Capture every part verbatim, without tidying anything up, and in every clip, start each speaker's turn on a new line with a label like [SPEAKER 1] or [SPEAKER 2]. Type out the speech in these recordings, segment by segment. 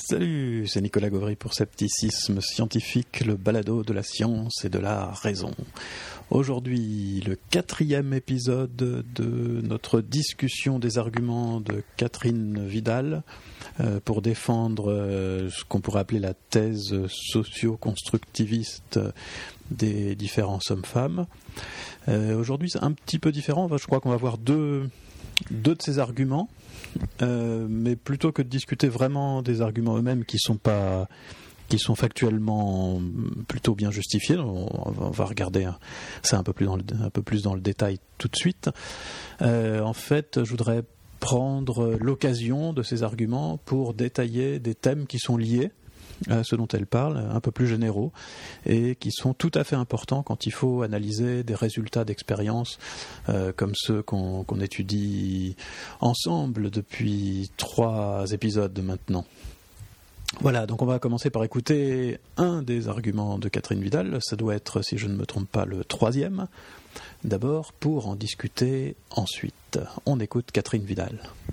[SPEAKER 1] Salut, c'est Nicolas Gauvry pour Scepticisme Scientifique, le balado de la science et de la raison. Aujourd'hui, le quatrième épisode de notre discussion des arguments de Catherine Vidal euh, pour défendre euh, ce qu'on pourrait appeler la thèse socio-constructiviste des différents hommes-femmes. Euh, aujourd'hui, c'est un petit peu différent. Je crois qu'on va voir deux, deux de ces arguments. Euh, mais plutôt que de discuter vraiment des arguments eux-mêmes qui sont pas, qui sont factuellement plutôt bien justifiés, on, on va regarder ça un peu plus dans le, un peu plus dans le détail tout de suite. Euh, en fait, je voudrais prendre l'occasion de ces arguments pour détailler des thèmes qui sont liés à ce dont elle parle, un peu plus généraux, et qui sont tout à fait importants quand il faut analyser des résultats d'expérience euh, comme ceux qu'on, qu'on étudie ensemble depuis trois épisodes maintenant. Voilà, donc on va commencer par écouter un des arguments de Catherine Vidal, ça doit être, si je ne me trompe pas, le troisième, d'abord pour en discuter ensuite. On écoute Catherine Vidal.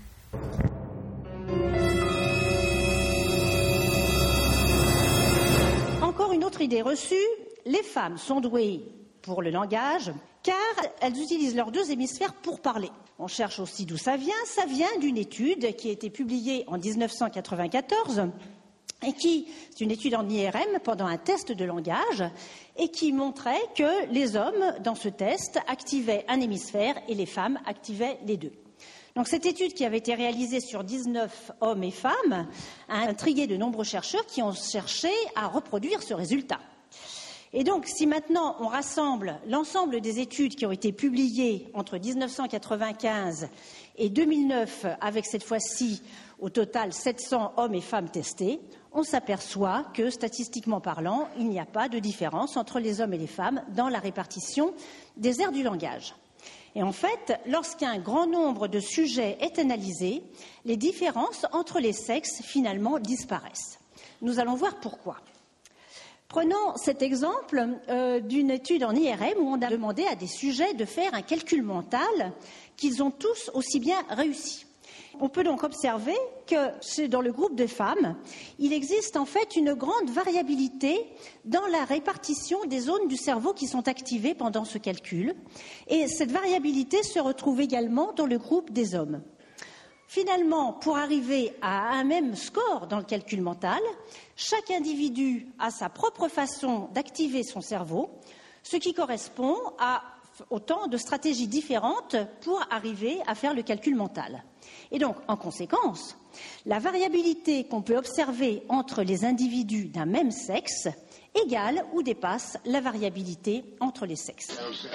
[SPEAKER 2] Une autre idée reçue, les femmes sont douées pour le langage car elles utilisent leurs deux hémisphères pour parler. On cherche aussi d'où ça vient. Ça vient d'une étude qui a été publiée en dix-neuf cent quatre-vingt-quatorze et qui, c'est une étude en I R M pendant un test de langage et qui montrait que les hommes, dans ce test, activaient un hémisphère et les femmes activaient les deux. Donc cette étude qui avait été réalisée sur dix-neuf hommes et femmes a intrigué de nombreux chercheurs qui ont cherché à reproduire ce résultat. Et donc si maintenant on rassemble l'ensemble des études qui ont été publiées entre dix-neuf cent quatre-vingt-quinze et deux mille neuf, avec cette fois-ci au total sept cents hommes et femmes testés, on s'aperçoit que statistiquement parlant, il n'y a pas de différence entre les hommes et les femmes dans la répartition des aires du langage. Et en fait, lorsqu'un grand nombre de sujets est analysé, les différences entre les sexes, finalement, disparaissent. Nous allons voir pourquoi. Prenons cet exemple euh, d'une étude en I R M où on a demandé à des sujets de faire un calcul mental qu'ils ont tous aussi bien réussi. On peut donc observer que dans le groupe de femmes, il existe en fait une grande variabilité dans la répartition des zones du cerveau qui sont activées pendant ce calcul. Et cette variabilité se retrouve également dans le groupe des hommes. Finalement, pour arriver à un même score dans le calcul mental, chaque individu a sa propre façon d'activer son cerveau, ce qui correspond à autant de stratégies différentes pour arriver à faire le calcul mental. Et donc, en conséquence, la variabilité qu'on peut observer entre les individus d'un même sexe égale ou dépasse la variabilité entre les sexes.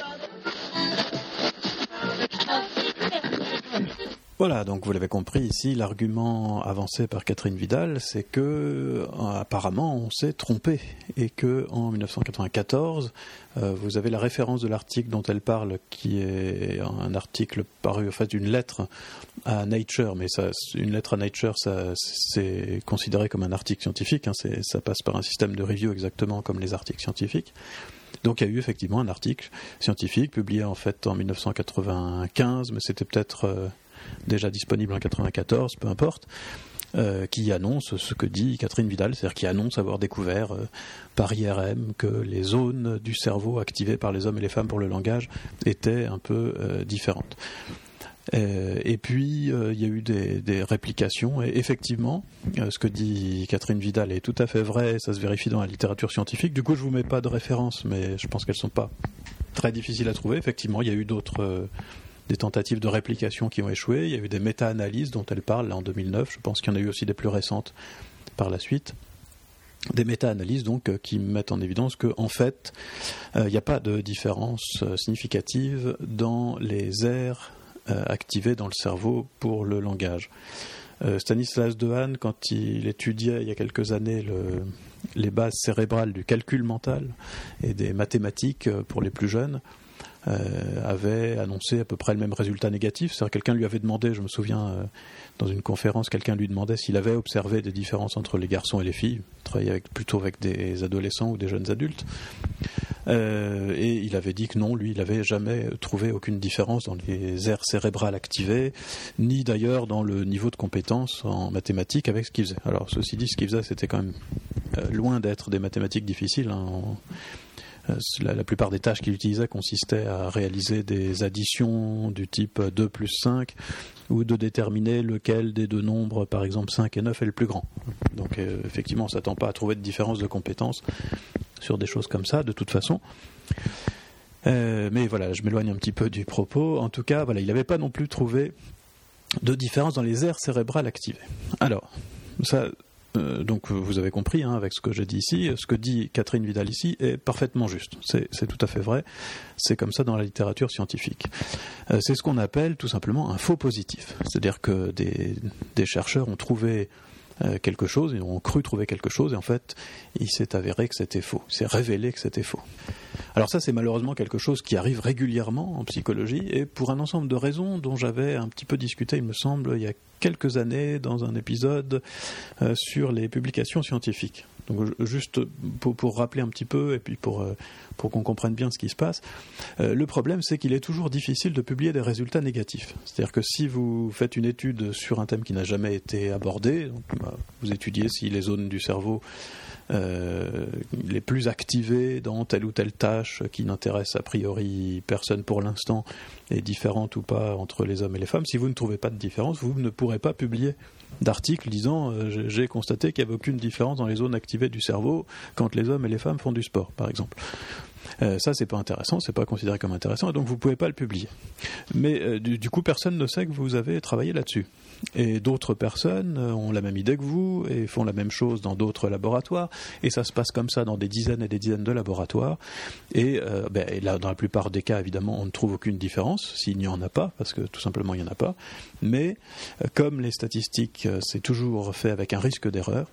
[SPEAKER 1] Voilà, donc vous l'avez compris ici, l'argument avancé par Catherine Vidal, c'est que apparemment on s'est trompé et que en dix-neuf cent quatre-vingt-quatorze, euh, vous avez la référence de l'article dont elle parle, qui est un article paru en fait une lettre à Nature, mais ça, une lettre à Nature, ça, c'est considéré comme un article scientifique, hein, c'est, ça passe par un système de review exactement comme les articles scientifiques. Donc il y a eu effectivement un article scientifique publié en fait en dix-neuf cent quatre-vingt-quinze, mais c'était peut-être euh, déjà disponible en quatre-vingt-quatorze, peu importe, euh, qui annonce ce que dit Catherine Vidal, c'est-à-dire qui annonce avoir découvert euh, par I R M que les zones du cerveau activées par les hommes et les femmes pour le langage étaient un peu euh, différentes. Euh, et puis euh, il y a eu des, des réplications, et effectivement, euh, ce que dit Catherine Vidal est tout à fait vrai, ça se vérifie dans la littérature scientifique. Du coup, je vous mets pas de références, mais je pense qu'elles sont pas très difficiles à trouver. Effectivement, il y a eu d'autres euh, des tentatives de réplication qui ont échoué. Il y a eu des méta-analyses dont elle parle là, en deux mille neuf. Je pense qu'il y en a eu aussi des plus récentes par la suite. Des méta-analyses donc euh, qui mettent en évidence qu'en fait, il euh, n'y a pas de différence euh, significative dans les aires euh, activées dans le cerveau pour le langage. Euh, Stanislas Dehaene, quand il étudiait il y a quelques années le, les bases cérébrales du calcul mental et des mathématiques euh, pour les plus jeunes, Euh, avait annoncé à peu près le même résultat négatif. C'est-à-dire quelqu'un lui avait demandé, je me souviens, euh, dans une conférence, quelqu'un lui demandait s'il avait observé des différences entre les garçons et les filles. Il travaillait avec, plutôt avec des adolescents ou des jeunes adultes. Euh, et il avait dit que non, lui, il n'avait jamais trouvé aucune différence dans les aires cérébrales activées, ni d'ailleurs dans le niveau de compétence en mathématiques avec ce qu'il faisait. Alors, ceci dit, ce qu'il faisait, c'était quand même euh, loin d'être des mathématiques difficiles. Hein. On, euh, la, la plupart des tâches qu'il utilisait consistaient à réaliser des additions du type deux plus cinq, ou de déterminer lequel des deux nombres, par exemple cinq et neuf, est le plus grand. Donc, euh, effectivement, on ne s'attend pas à trouver de différence de compétence sur des choses comme ça, de toute façon. Euh, mais voilà, je m'éloigne un petit peu du propos. En tout cas, voilà, il n'avait pas non plus trouvé de différence dans les aires cérébrales activées. Alors, ça, euh, donc vous avez compris, hein, avec ce que j'ai dit ici, ce que dit Catherine Vidal ici est parfaitement juste. C'est, c'est tout à fait vrai. C'est comme ça dans la littérature scientifique. Euh, c'est ce qu'on appelle tout simplement un faux positif. C'est-à-dire que des, des chercheurs ont trouvé quelque chose, ils ont cru trouver quelque chose, et en fait, il s'est avéré que c'était faux. Il s'est révélé que c'était faux. Alors ça, c'est malheureusement quelque chose qui arrive régulièrement en psychologie, et pour un ensemble de raisons dont j'avais un petit peu discuté, il me semble, il y a quelques années, dans un épisode euh, sur les publications scientifiques. Donc juste pour, pour rappeler un petit peu, et puis pour, euh, pour qu'on comprenne bien ce qui se passe, euh, le problème, c'est qu'il est toujours difficile de publier des résultats négatifs. C'est-à-dire que si vous faites une étude sur un thème qui n'a jamais été abordé, donc, bah, vous étudiez si les zones du cerveau euh, les plus activées dans telle ou telle tâche qui n'intéresse a priori personne pour l'instant est différente ou pas entre les hommes et les femmes, si vous ne trouvez pas de différence, vous ne pourrez pas publier d'articles disant euh, j'ai constaté qu'il n'y avait aucune différence dans les zones activées du cerveau quand les hommes et les femmes font du sport, par exemple. Euh, ça, c'est pas intéressant, c'est pas considéré comme intéressant, et donc vous pouvez pas le publier. Mais euh, du, du coup, personne ne sait que vous avez travaillé là-dessus. Et d'autres personnes ont la même idée que vous et font la même chose dans d'autres laboratoires, et ça se passe comme ça dans des dizaines et des dizaines de laboratoires. Et, euh, ben, et là, dans la plupart des cas, évidemment, on ne trouve aucune différence s'il n'y en a pas, parce que tout simplement il n'y en a pas. Mais euh, comme les statistiques, euh, c'est toujours fait avec un risque d'erreur,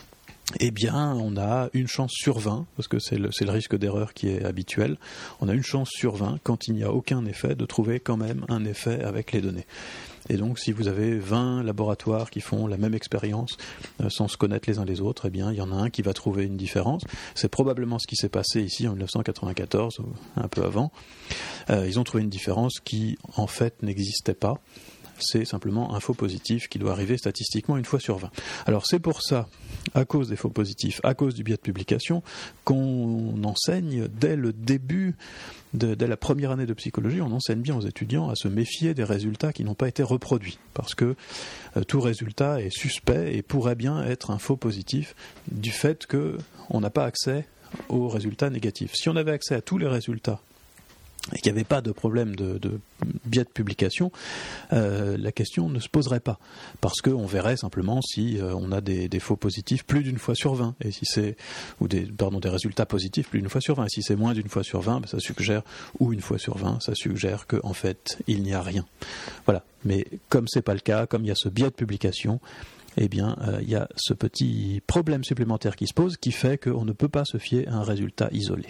[SPEAKER 1] eh bien, on a une chance sur vingt, parce que c'est le, c'est le risque d'erreur qui est habituel, on a une chance sur vingt, quand il n'y a aucun effet, de trouver quand même un effet avec les données. Et donc, si vous avez vingt laboratoires qui font la même expérience euh, sans se connaître les uns les autres, eh bien, il y en a un qui va trouver une différence. C'est probablement ce qui s'est passé ici en dix-neuf cent quatre-vingt-quatorze, ou un peu avant. Euh, ils ont trouvé une différence qui, en fait, n'existait pas. C'est simplement un faux positif qui doit arriver statistiquement une fois sur vingt. Alors c'est pour ça, à cause des faux positifs, à cause du biais de publication, qu'on enseigne dès le début, de, dès la première année de psychologie, on enseigne bien aux étudiants à se méfier des résultats qui n'ont pas été reproduits. Parce que euh, tout résultat est suspect et pourrait bien être un faux positif du fait qu'on n'a pas accès aux résultats négatifs. Si on avait accès à tous les résultats, et qu'il n'y avait pas de problème de, de biais de publication, euh, la question ne se poserait pas. Parce qu'on verrait simplement si euh, on a des, des faux positifs plus d'une fois sur vingt, et si c'est, ou des, pardon, des résultats positifs plus d'une fois sur vingt. Et si c'est moins d'une fois sur vingt, ben ça suggère, ou une fois sur vingt, ça suggère qu'en fait, il n'y a rien. Voilà. Mais comme ce n'est pas le cas, comme il y a ce biais de publication, eh bien, il euh, y a ce petit problème supplémentaire qui se pose, qui fait qu'on ne peut pas se fier à un résultat isolé.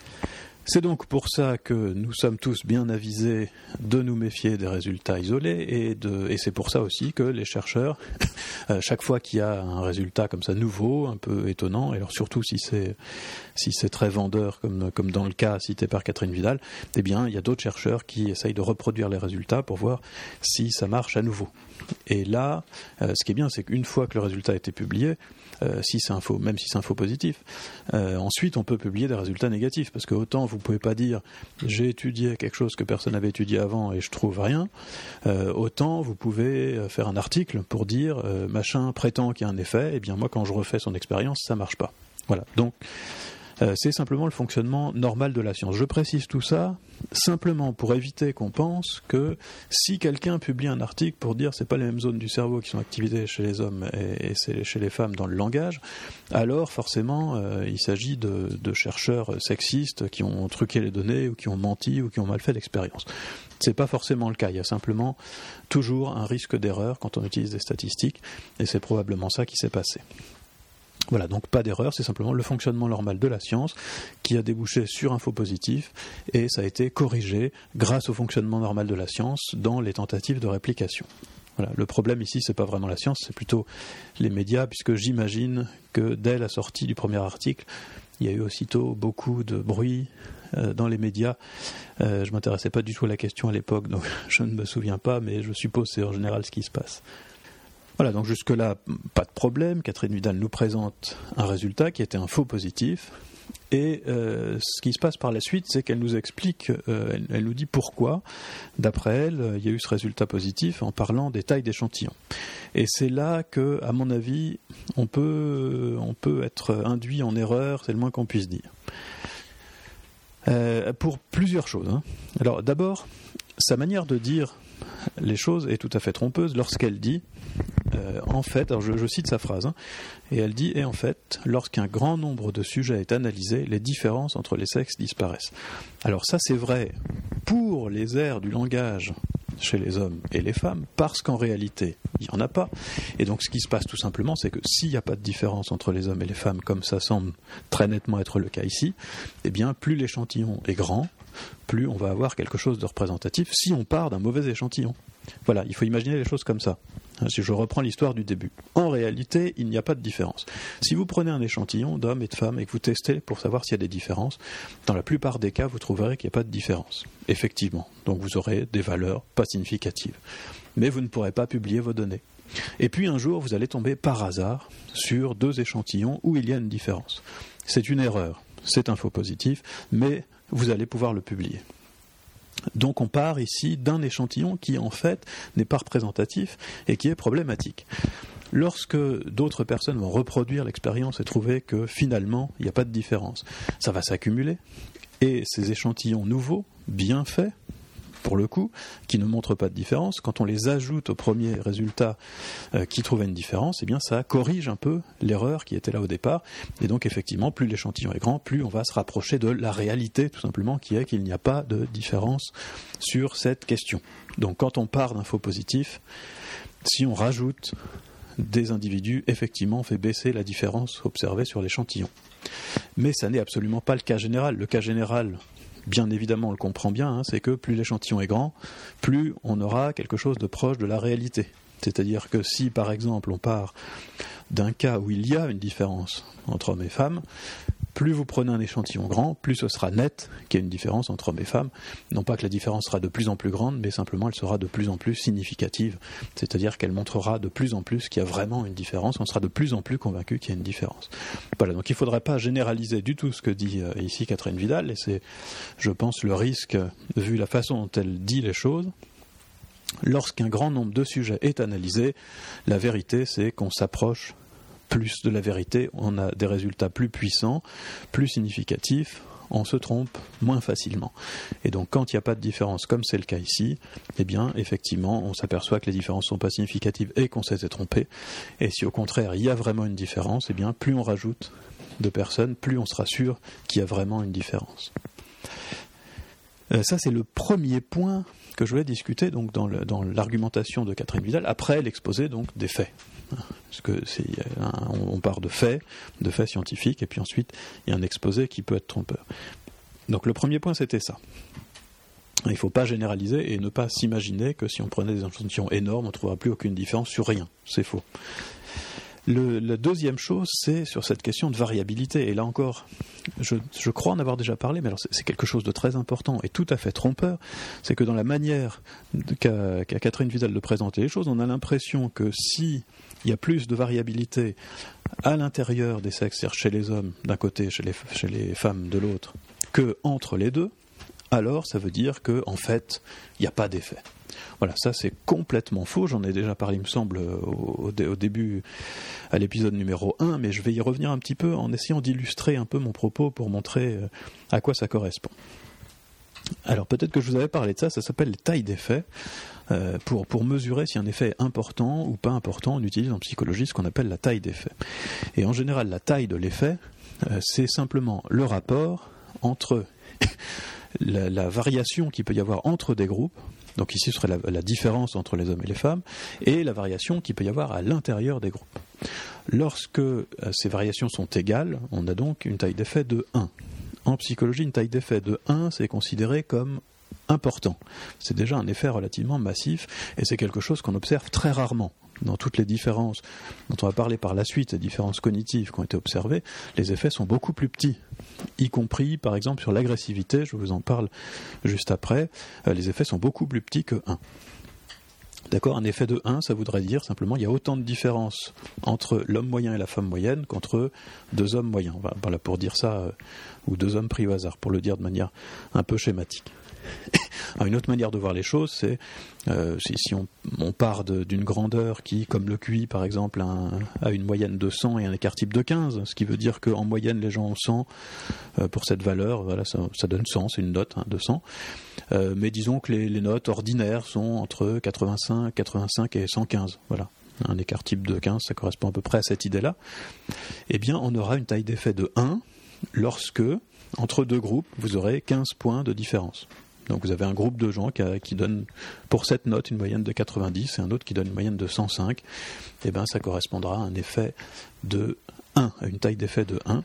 [SPEAKER 1] C'est donc pour ça que nous sommes tous bien avisés de nous méfier des résultats isolés, et, de, et c'est pour ça aussi que les chercheurs, chaque fois qu'il y a un résultat comme ça nouveau, un peu étonnant, et alors surtout si c'est, si c'est très vendeur, comme, comme dans le cas cité par Catherine Vidal, eh bien il y a d'autres chercheurs qui essayent de reproduire les résultats pour voir si ça marche à nouveau. Et là, euh, ce qui est bien, c'est qu'une fois que le résultat a été publié, Euh, si c'est un faux, même si c'est un faux positif, euh, ensuite on peut publier des résultats négatifs, parce que autant vous pouvez pas dire j'ai étudié quelque chose que personne n'avait étudié avant et je trouve rien, euh, autant vous pouvez faire un article pour dire euh, machin prétend qu'il y a un effet, et bien moi quand je refais son expérience ça marche pas. Voilà, donc euh, c'est simplement le fonctionnement normal de la science. Je précise tout ça simplement pour éviter qu'on pense que si quelqu'un publie un article pour dire c'est pas les mêmes zones du cerveau qui sont activées chez les hommes et, et c'est chez les femmes dans le langage, alors forcément euh, il s'agit de, de chercheurs sexistes qui ont truqué les données ou qui ont menti ou qui ont mal fait l'expérience. C'est pas forcément le cas, il y a simplement toujours un risque d'erreur quand on utilise des statistiques, et c'est probablement ça qui s'est passé. Voilà, donc pas d'erreur, c'est simplement le fonctionnement normal de la science qui a débouché sur un faux positif, et ça a été corrigé grâce au fonctionnement normal de la science dans les tentatives de réplication. Voilà, le problème ici, c'est pas vraiment la science, c'est plutôt les médias, puisque j'imagine que dès la sortie du premier article, il y a eu aussitôt beaucoup de bruit euh, dans les médias. Euh, je ne m'intéressais pas du tout à la question à l'époque, donc je ne me souviens pas, mais je suppose que c'est en général ce qui se passe. Voilà, donc jusque-là, pas de problème. Catherine Vidal nous présente un résultat qui était un faux positif. Et euh, ce qui se passe par la suite, c'est qu'elle nous explique, euh, elle, elle nous dit pourquoi, d'après elle, euh, il y a eu ce résultat positif en parlant des tailles d'échantillons. Et c'est là que, à mon avis, on peut, on peut être induit en erreur, c'est le moins qu'on puisse dire. Euh, pour plusieurs choses. Hein. Alors d'abord, sa manière de dire les choses est tout à fait trompeuse lorsqu'elle dit, euh, en fait, alors je, je cite sa phrase, hein, et elle dit, et en fait, lorsqu'un grand nombre de sujets est analysé, les différences entre les sexes disparaissent. Alors ça c'est vrai pour les aires du langage chez les hommes et les femmes, parce qu'en réalité, il n'y en a pas. Et donc ce qui se passe tout simplement, c'est que s'il n'y a pas de différence entre les hommes et les femmes, comme ça semble très nettement être le cas ici, eh bien plus l'échantillon est grand, plus on va avoir quelque chose de représentatif si on part d'un mauvais échantillon. Voilà, il faut imaginer les choses comme ça. Si je reprends l'histoire du début. En réalité, il n'y a pas de différence. Si vous prenez un échantillon d'hommes et de femmes et que vous testez pour savoir s'il y a des différences, dans la plupart des cas, vous trouverez qu'il n'y a pas de différence. Effectivement. Donc vous aurez des valeurs pas significatives. Mais vous ne pourrez pas publier vos données. Et puis un jour, vous allez tomber par hasard sur deux échantillons où il y a une différence. C'est une erreur. C'est un faux positif, mais vous allez pouvoir le publier. Donc on part ici d'un échantillon qui en fait n'est pas représentatif et qui est problématique. Lorsque d'autres personnes vont reproduire l'expérience et trouver que finalement il n'y a pas de différence, ça va s'accumuler et ces échantillons nouveaux, bien faits, pour le coup, qui ne montrent pas de différence, quand on les ajoute au premier résultat euh, qui trouvait une différence, eh bien ça corrige un peu l'erreur qui était là au départ. Et donc effectivement, plus l'échantillon est grand, plus on va se rapprocher de la réalité, tout simplement, qui est qu'il n'y a pas de différence sur cette question. Donc quand on part d'un faux positif, si on rajoute des individus, effectivement, on fait baisser la différence observée sur l'échantillon. Mais ça n'est absolument pas le cas général. Le cas général, bien évidemment, on le comprend bien, hein, c'est que plus l'échantillon est grand, plus on aura quelque chose de proche de la réalité. C'est-à-dire que si, par exemple, on part d'un cas où il y a une différence entre hommes et femmes, plus vous prenez un échantillon grand, plus ce sera net qu'il y a une différence entre hommes et femmes. Non pas que la différence sera de plus en plus grande, mais simplement elle sera de plus en plus significative. C'est-à-dire qu'elle montrera de plus en plus qu'il y a vraiment une différence, on sera de plus en plus convaincu qu'il y a une différence. Voilà, donc il ne faudrait pas généraliser du tout ce que dit euh, ici Catherine Vidal, et c'est, je pense, le risque, vu la façon dont elle dit les choses. Lorsqu'un grand nombre de sujets est analysé, la vérité, c'est qu'on s'approche plus de la vérité, on a des résultats plus puissants, plus significatifs, on se trompe moins facilement. Et donc quand il n'y a pas de différence, comme c'est le cas ici, eh bien effectivement on s'aperçoit que les différences ne sont pas significatives et qu'on s'était trompé. Et si au contraire il y a vraiment une différence, eh bien plus on rajoute de personnes, plus on sera sûr qu'il y a vraiment une différence. Euh, ça c'est le premier point que je voulais discuter donc dans, le, dans l'argumentation de Catherine Vidal, après l'exposé donc des faits. Parce que c'est, un, on part de faits, de faits scientifiques, et puis ensuite il y a un exposé qui peut être trompeur. Donc le premier point c'était ça. Il ne faut pas généraliser et ne pas s'imaginer que si on prenait des échantillons énormes, on ne trouvera plus aucune différence sur rien. C'est faux. Le, la deuxième chose, c'est sur cette question de variabilité. Et là encore, je, je crois en avoir déjà parlé, mais alors c'est, c'est quelque chose de très important et tout à fait trompeur. C'est que dans la manière qu'a, qu'a Catherine Vidal de présenter les choses, on a l'impression que si il y a plus de variabilité à l'intérieur des sexes, c'est-à-dire chez les hommes d'un côté, chez les, chez les femmes de l'autre, que entre les deux, alors ça veut dire qu'en fait, il n'y a pas d'effet. Voilà, ça c'est complètement faux, j'en ai déjà parlé, il me semble, au, au début, à l'épisode numéro un, mais je vais y revenir un petit peu en essayant d'illustrer un peu mon propos pour montrer à quoi ça correspond. Alors peut-être que je vous avais parlé de ça, ça s'appelle les tailles d'effet. Euh, pour, pour mesurer si un effet est important ou pas important, on utilise en psychologie ce qu'on appelle la taille d'effet. Et en général, la taille de l'effet, euh, c'est simplement le rapport entre la, la variation qu'il peut y avoir entre des groupes, donc ici ce serait la, la différence entre les hommes et les femmes, et la variation qu'il peut y avoir à l'intérieur des groupes. Lorsque euh, ces variations sont égales, on a donc une taille d'effet de un. En psychologie, une taille d'effet de un, c'est considéré comme important. C'est déjà un effet relativement massif et c'est quelque chose qu'on observe très rarement. Dans toutes les différences dont on va parler par la suite, les différences cognitives qui ont été observées, les effets sont beaucoup plus petits, y compris par exemple sur l'agressivité, je vous en parle juste après, euh, les effets sont beaucoup plus petits que un. D'accord, un effet de un, ça voudrait dire simplement il y a autant de différence entre l'homme moyen et la femme moyenne qu'entre deux hommes moyens. Voilà, pour dire ça, euh, ou deux hommes pris au hasard, pour le dire de manière un peu schématique. Alors, une autre manière de voir les choses, c'est euh, si, si on, on part de, d'une grandeur qui, comme le Q I par exemple, a, un, a une moyenne de cent et un écart type de quinze, ce qui veut dire qu'en moyenne les gens ont cent euh, pour cette valeur, voilà, ça, ça donne cent, c'est une note hein, de cent. Euh, mais disons que les, les notes ordinaires sont entre quatre-vingt-cinq, quatre-vingt-cinq et cent quinze, voilà. Un écart type de quinze, ça correspond à peu près à cette idée-là. Eh bien, on aura une taille d'effet de un lorsque, entre deux groupes, vous aurez quinze points de différence. Donc vous avez un groupe de gens qui, a, qui donne pour cette note une moyenne de quatre-vingt-dix et un autre qui donne une moyenne de cent cinq. Et bien ça correspondra à un effet de un, à une taille d'effet de un.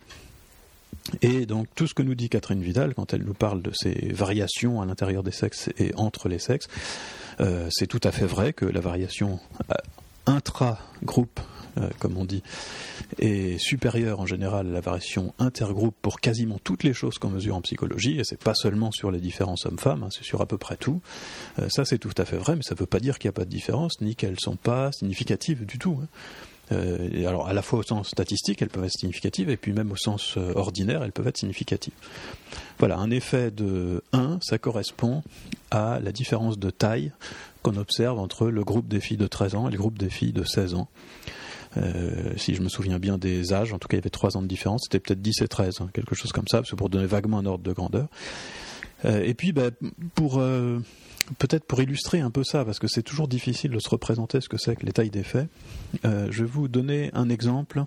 [SPEAKER 1] Et donc tout ce que nous dit Catherine Vidal quand elle nous parle de ces variations à l'intérieur des sexes et entre les sexes, euh, c'est tout à fait vrai que la variation intra-groupe, euh, comme on dit, est supérieure en général à la variation intergroupe pour quasiment toutes les choses qu'on mesure en psychologie, et c'est pas seulement sur les différences hommes-femmes, hein, c'est sur à peu près tout. Euh, ça c'est tout à fait vrai, mais ça ne veut pas dire qu'il n'y a pas de différence, ni qu'elles ne sont pas significatives du tout. Hein. Euh, et alors à la fois au sens statistique, elles peuvent être significatives, et puis même au sens euh, ordinaire, elles peuvent être significatives. Voilà, un effet de un, ça correspond à la différence de taille qu'on observe entre le groupe des filles de treize ans et le groupe des filles de seize ans. Euh, si je me souviens bien des âges, en tout cas il y avait trois ans de différence, c'était peut-être dix et treize, hein, quelque chose comme ça, c'est pour donner vaguement un ordre de grandeur. Euh, et puis bah, pour euh, peut-être pour illustrer un peu ça, parce que c'est toujours difficile de se représenter ce que c'est que les tailles d'effet, euh, je vais vous donner un exemple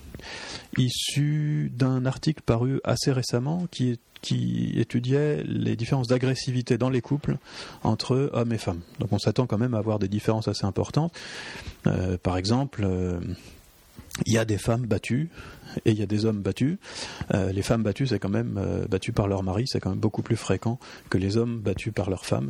[SPEAKER 1] issu d'un article paru assez récemment qui est qui étudiait les différences d'agressivité dans les couples entre hommes et femmes. Donc on s'attend quand même à avoir des différences assez importantes. Euh, par exemple, euh, il y a des femmes battues et il y a des hommes battus. Euh, les femmes battues, c'est quand même euh, battues par leur mari, c'est quand même beaucoup plus fréquent que les hommes battus par leurs femmes.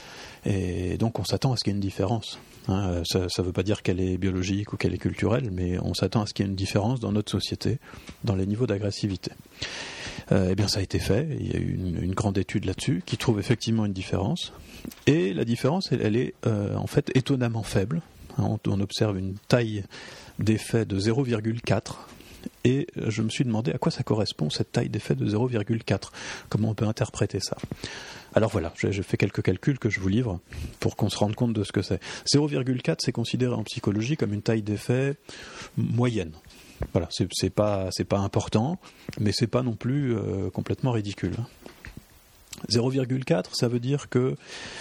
[SPEAKER 1] Et donc on s'attend à ce qu'il y ait une différence. Hein, ça ne veut pas dire qu'elle est biologique ou qu'elle est culturelle, mais on s'attend à ce qu'il y ait une différence dans notre société, dans les niveaux d'agressivité. Euh, eh bien, ça a été fait. Il y a eu une, une grande étude là-dessus qui trouve effectivement une différence. Et la différence, elle, elle est euh, en fait étonnamment faible. Hein, on, on observe une taille d'effet de zéro virgule quatre. Et je me suis demandé à quoi ça correspond, cette taille d'effet de zéro virgule quatre. Comment on peut interpréter ça ? Alors voilà, je, je fais quelques calculs que je vous livre pour qu'on se rende compte de ce que c'est. zéro virgule quatre, c'est considéré en psychologie comme une taille d'effet moyenne. Voilà, c'est, c'est pas, c'est pas important, mais c'est pas non plus euh, complètement ridicule. zéro virgule quatre, ça veut dire que,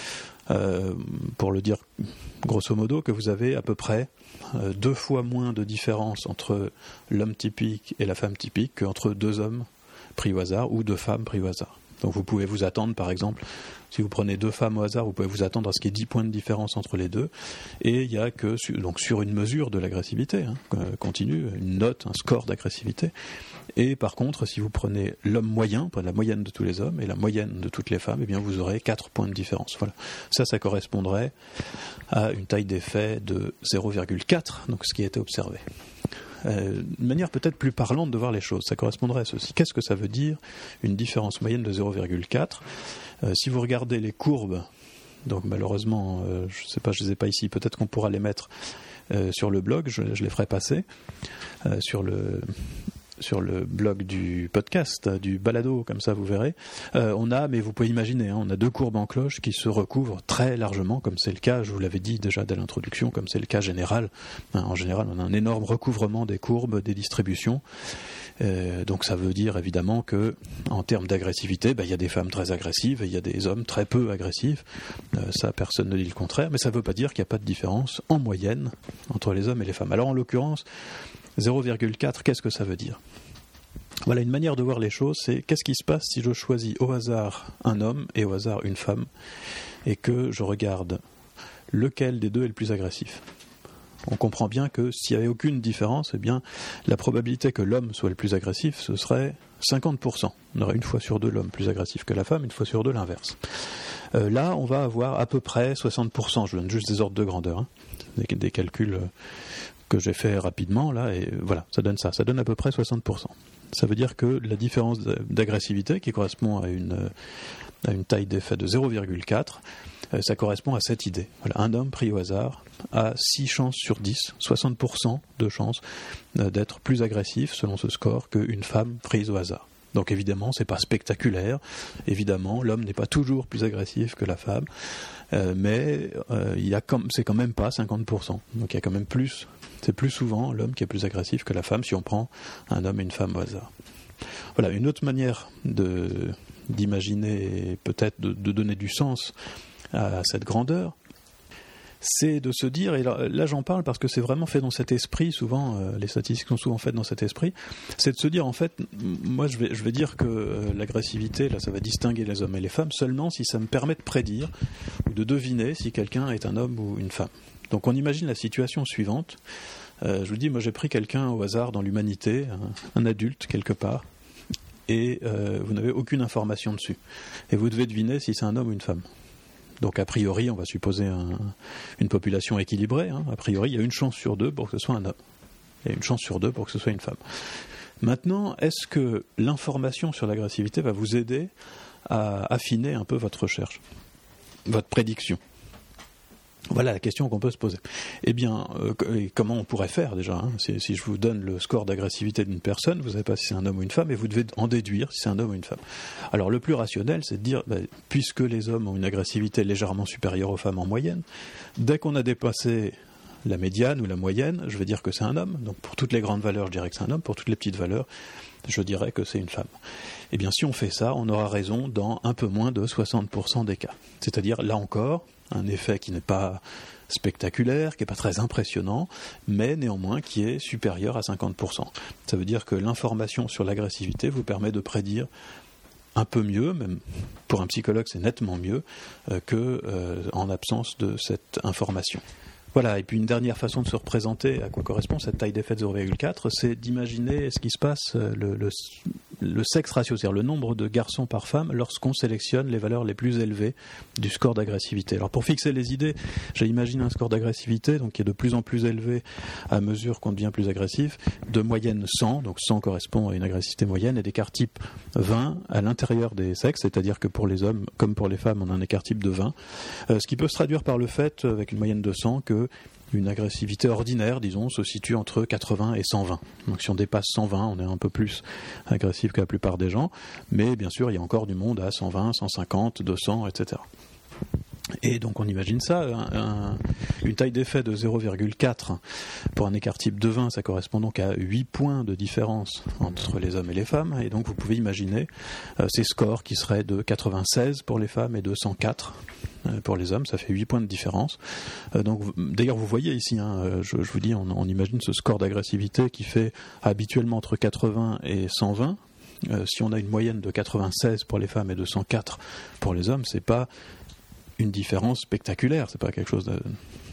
[SPEAKER 1] euh, pour le dire grosso modo, que vous avez à peu près euh, deux fois moins de différence entre l'homme typique et la femme typique qu'entre deux hommes pris au hasard ou deux femmes pris au hasard. Donc vous pouvez vous attendre, par exemple, si vous prenez deux femmes au hasard, vous pouvez vous attendre à ce qu'il y ait dix points de différence entre les deux. Et il n'y a que donc sur une mesure de l'agressivité, hein, continue, une note, un score d'agressivité. Et par contre, si vous prenez l'homme moyen, la moyenne de tous les hommes et la moyenne de toutes les femmes, eh bien vous aurez quatre points de différence. Voilà. Ça, ça correspondrait à une taille d'effet de zéro virgule quatre, donc ce qui a été observé. Euh, une manière peut-être plus parlante de voir les choses, ça correspondrait à ceci. Qu'est-ce que ça veut dire une différence moyenne de zéro virgule quatre ? euh, Si vous regardez les courbes, donc malheureusement, euh, je ne sais pas, je ne les ai pas ici, peut-être qu'on pourra les mettre euh, sur le blog, je, je les ferai passer euh, sur le... sur le blog du podcast, du balado, comme ça vous verrez. Euh, on a, mais vous pouvez imaginer, hein, on a deux courbes en cloche qui se recouvrent très largement, comme c'est le cas, je vous l'avais dit déjà dès l'introduction, comme c'est le cas général. Hein, en général, on a un énorme recouvrement des courbes, des distributions. Euh, donc ça veut dire évidemment que, en termes d'agressivité, bah, y a des femmes très agressives et il y a des hommes très peu agressifs. Euh, ça, personne ne dit le contraire, mais ça ne veut pas dire qu'il n'y a pas de différence en moyenne entre les hommes et les femmes. Alors en l'occurrence, zéro virgule quatre, qu'est-ce que ça veut dire ? Voilà, une manière de voir les choses, c'est qu'est-ce qui se passe si je choisis au hasard un homme et au hasard une femme, et que je regarde lequel des deux est le plus agressif. On comprend bien que s'il n'y avait aucune différence, eh bien, la probabilité que l'homme soit le plus agressif, ce serait cinquante pour cent. On aurait une fois sur deux l'homme plus agressif que la femme, une fois sur deux l'inverse. Euh, là, on va avoir à peu près soixante pour cent. Je donne juste des ordres de grandeur, hein. des, des calculs que j'ai fait rapidement, là, et voilà, ça donne ça. Ça donne à peu près soixante pour cent. Ça veut dire que la différence d'agressivité, qui correspond à une, à une taille d'effet de zéro virgule quatre, euh, ça correspond à cette idée. Voilà, un homme pris au hasard a six chances sur dix, soixante pour cent de chances euh, d'être plus agressif, selon ce score, qu'une femme prise au hasard. Donc évidemment, c'est pas spectaculaire. Évidemment, l'homme n'est pas toujours plus agressif que la femme, euh, mais euh, il y a comme, c'est quand même pas cinquante pour cent. Donc il y a quand même plus. C'est plus souvent l'homme qui est plus agressif que la femme si on prend un homme et une femme au hasard. Voilà, une autre manière de, d'imaginer et peut-être de, de donner du sens à cette grandeur, c'est de se dire, et là, là j'en parle parce que c'est vraiment fait dans cet esprit, souvent, euh, les statistiques sont souvent faites dans cet esprit, c'est de se dire, en fait, moi je vais, je vais dire que euh, l'agressivité, là ça va distinguer les hommes et les femmes seulement si ça me permet de prédire ou de deviner si quelqu'un est un homme ou une femme. Donc on imagine la situation suivante, euh, je vous dis, moi j'ai pris quelqu'un au hasard dans l'humanité, un, un adulte quelque part, et euh, vous n'avez aucune information dessus, et vous devez deviner si c'est un homme ou une femme. Donc a priori, on va supposer un, une population équilibrée. Hein. A priori, il y a une chance sur deux pour que ce soit un homme. Il y a une chance sur deux pour que ce soit une femme. Maintenant, est-ce que l'information sur l'agressivité va vous aider à affiner un peu votre recherche, votre prédiction ? Voilà la question qu'on peut se poser. Eh bien, euh, comment on pourrait faire déjà, hein, si, si je vous donne le score d'agressivité d'une personne, vous ne savez pas si c'est un homme ou une femme, et vous devez en déduire si c'est un homme ou une femme. Alors le plus rationnel, c'est de dire, bah, puisque les hommes ont une agressivité légèrement supérieure aux femmes en moyenne, dès qu'on a dépassé la médiane ou la moyenne, je vais dire que c'est un homme. Donc pour toutes les grandes valeurs, je dirais que c'est un homme. Pour toutes les petites valeurs, je dirais que c'est une femme. Eh bien, si on fait ça, on aura raison dans un peu moins de soixante pour cent des cas. C'est-à-dire, là encore, un effet qui n'est pas spectaculaire, qui n'est pas très impressionnant, mais néanmoins qui est supérieur à cinquante pour cent. Ça veut dire que l'information sur l'agressivité vous permet de prédire un peu mieux, même pour un psychologue c'est nettement mieux, euh, que euh, en absence de cette information. Voilà, et puis une dernière façon de se représenter à quoi correspond cette taille d'effet de zéro virgule quatre, c'est d'imaginer ce qui se passe, le, le, le sexe ratio, c'est-à-dire le nombre de garçons par femme lorsqu'on sélectionne les valeurs les plus élevées du score d'agressivité. Alors pour fixer les idées, j'ai imaginé un score d'agressivité donc qui est de plus en plus élevé à mesure qu'on devient plus agressif, de moyenne cent, donc cent correspond à une agressivité moyenne, et d'écart type vingt à l'intérieur des sexes, c'est-à-dire que pour les hommes comme pour les femmes, on a un écart type de vingt, euh, ce qui peut se traduire par le fait, avec une moyenne de cent, que une agressivité ordinaire, disons, se situe entre quatre-vingts et cent vingt. Donc si on dépasse cent vingt, on est un peu plus agressif que la plupart des gens, mais bien sûr, il y a encore du monde à cent vingt, cent cinquante, deux cents, et cetera. Et donc on imagine ça, un, un, une taille d'effet de zéro virgule quatre pour un écart type de vingt, ça correspond donc à huit points de différence entre les hommes et les femmes, et donc vous pouvez imaginer euh, ces scores qui seraient de quatre-vingt-seize pour les femmes et de cent quatre euh, pour les hommes, ça fait huit points de différence. Euh, donc d'ailleurs vous voyez ici, hein, je, je vous dis, on, on imagine ce score d'agressivité qui fait habituellement entre quatre-vingts et cent vingt. Euh, si on a une moyenne de quatre-vingt-seize pour les femmes et de cent quatre pour les hommes, c'est pas une différence spectaculaire, c'est pas quelque chose de,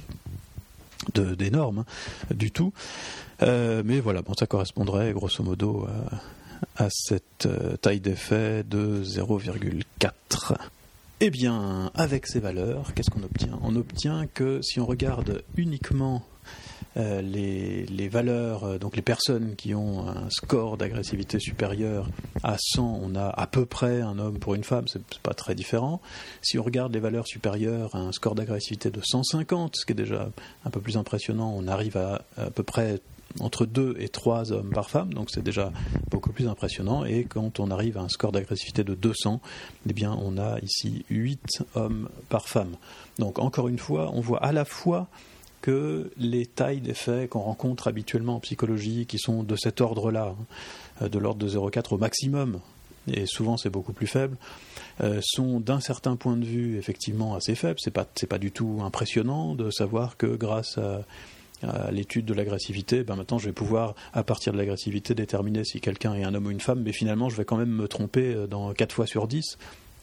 [SPEAKER 1] de, d'énorme hein, du tout, euh, mais voilà, bon, ça correspondrait grosso modo à, à cette euh, taille d'effet de zéro virgule quatre. Eh bien, avec ces valeurs, qu'est-ce qu'on obtient ? On obtient que si on regarde uniquement Euh, les, les valeurs, euh, donc les personnes qui ont un score d'agressivité supérieur à cent, on a à peu près un homme pour une femme, c'est, c'est pas très différent. Si on regarde les valeurs supérieures à un score d'agressivité de cent cinquante, ce qui est déjà un peu plus impressionnant, on arrive à à peu près entre deux et trois hommes par femme, donc c'est déjà beaucoup plus impressionnant. Et quand on arrive à un score d'agressivité de deux cents, eh bien on a ici huit hommes par femme. Donc encore une fois, on voit à la fois que les tailles d'effets qu'on rencontre habituellement en psychologie, qui sont de cet ordre-là, hein, de l'ordre de zéro virgule quatre au maximum, et souvent c'est beaucoup plus faible, euh, sont d'un certain point de vue effectivement assez faibles. C'est pas, c'est pas du tout impressionnant de savoir que grâce à, à l'étude de l'agressivité, ben maintenant je vais pouvoir, à partir de l'agressivité, déterminer si quelqu'un est un homme ou une femme, mais finalement je vais quand même me tromper dans quatre fois sur dix.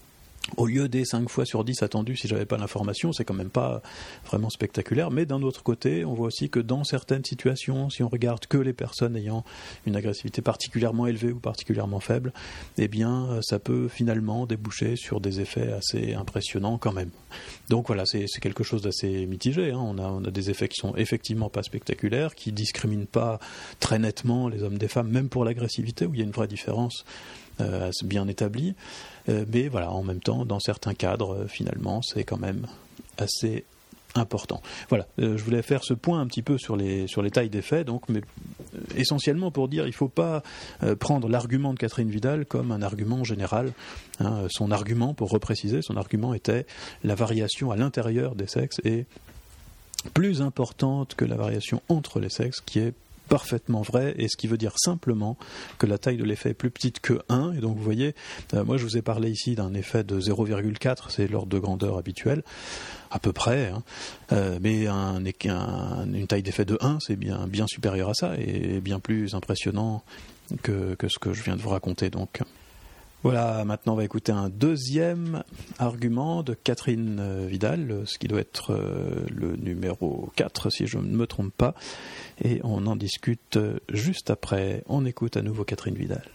[SPEAKER 1] au lieu des cinq fois sur dix attendus si j'avais pas l'information, c'est quand même pas vraiment spectaculaire. Mais d'un autre côté, on voit aussi que dans certaines situations, si on regarde que les personnes ayant une agressivité particulièrement élevée ou particulièrement faible, eh bien, ça peut finalement déboucher sur des effets assez impressionnants quand même. Donc voilà, c'est, c'est quelque chose d'assez mitigé. Hein. On a, on a des effets qui sont effectivement pas spectaculaires, qui discriminent pas très nettement les hommes des femmes, même pour l'agressivité, où il y a une vraie différence euh, bien établie. Euh, mais voilà, en même temps, dans certains cadres, euh, finalement, c'est quand même assez important. Voilà, euh, je voulais faire ce point un petit peu sur les, sur les tailles des faits, donc, mais euh, essentiellement pour dire il ne faut pas euh, prendre l'argument de Catherine Vidal comme un argument général. Hein. Son argument, pour repréciser, son argument était la variation à l'intérieur des sexes est plus importante que la variation entre les sexes, qui est parfaitement vrai, et ce qui veut dire simplement que la taille de l'effet est plus petite que un, et donc vous voyez, euh, moi je vous ai parlé ici d'un effet de zéro virgule quatre, c'est l'ordre de grandeur habituel, à peu près, hein. euh, mais un, un, une taille d'effet de un, c'est bien, bien supérieur à ça, et bien plus impressionnant que, que ce que je viens de vous raconter, donc. Voilà, maintenant on va écouter un deuxième argument de Catherine Vidal, ce qui doit être le numéro quatre si je ne me trompe pas, et on en discute juste après. On écoute à nouveau Catherine Vidal.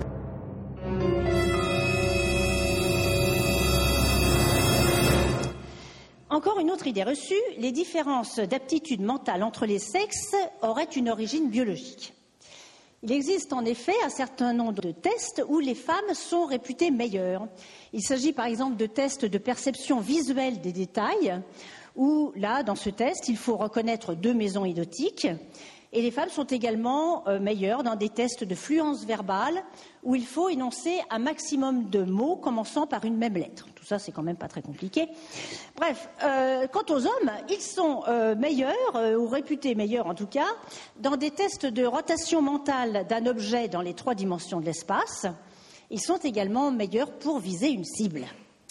[SPEAKER 2] Encore une autre idée reçue, les différences d'aptitude mentale entre les sexes auraient une origine biologique. Il existe en effet un certain nombre de tests où les femmes sont réputées meilleures. Il s'agit par exemple de tests de perception visuelle des détails, où là, dans ce test, il faut reconnaître deux maisons idotiques. Et les femmes sont également euh, meilleures dans des tests de fluence verbale, où il faut énoncer un maximum de mots commençant par une même lettre. Tout ça, c'est quand même pas très compliqué. Bref, euh, quant aux hommes, ils sont euh, meilleurs, euh, ou réputés meilleurs en tout cas, dans des tests de rotation mentale d'un objet dans les trois dimensions de l'espace. Ils sont également meilleurs pour viser une cible.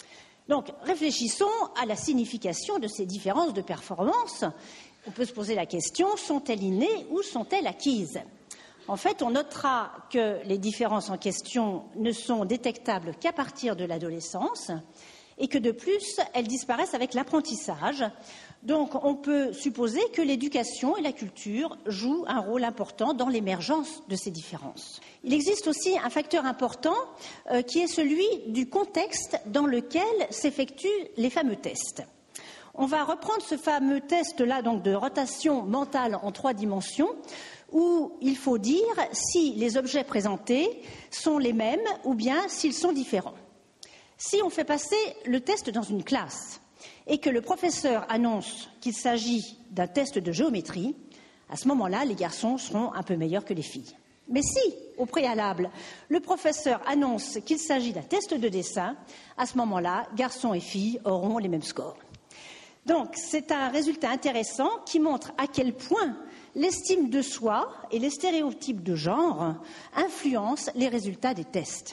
[SPEAKER 2] Donc, réfléchissons à la signification de ces différences de performance. On peut se poser la question, sont-elles innées ou sont-elles acquises ? En fait, on notera que les différences en question ne sont détectables qu'à partir de l'adolescence et que de plus, elles disparaissent avec l'apprentissage. Donc, on peut supposer que l'éducation et la culture jouent un rôle important dans l'émergence de ces différences. Il existe aussi un facteur important euh, qui est celui du contexte dans lequel s'effectuent les fameux tests. On va reprendre ce fameux test-là, donc de rotation mentale en trois dimensions, où il faut dire si les objets présentés sont les mêmes ou bien s'ils sont différents. Si on fait passer le test dans une classe et que le professeur annonce qu'il s'agit d'un test de géométrie, à ce moment-là, les garçons seront un peu meilleurs que les filles. Mais si, au préalable, le professeur annonce qu'il s'agit d'un test de dessin, à ce moment-là, garçons et filles auront les mêmes scores. Donc, c'est un résultat intéressant qui montre à quel point l'estime de soi et les stéréotypes de genre influencent les résultats des tests.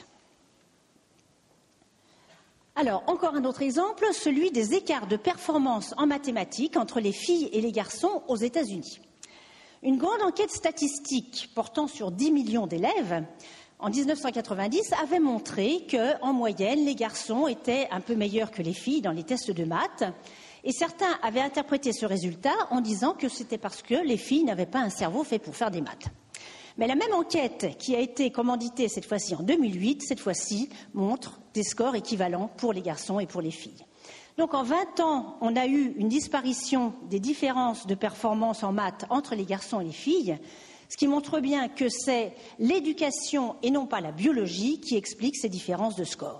[SPEAKER 2] Alors, encore un autre exemple, celui des écarts de performance en mathématiques entre les filles et les garçons aux États-Unis. Une grande enquête statistique portant sur dix millions d'élèves en dix-neuf cent quatre-vingt-dix avait montré qu'en moyenne, les garçons étaient un peu meilleurs que les filles dans les tests de maths. Et certains avaient interprété ce résultat en disant que c'était parce que les filles n'avaient pas un cerveau fait pour faire des maths. Mais la même enquête qui a été commanditée cette fois-ci en deux mille huit, cette fois-ci, montre des scores équivalents pour les garçons et pour les filles. Donc en vingt ans, on a eu une disparition des différences de performance en maths entre les garçons et les filles, ce qui montre bien que c'est l'éducation et non pas la biologie qui explique ces différences de score.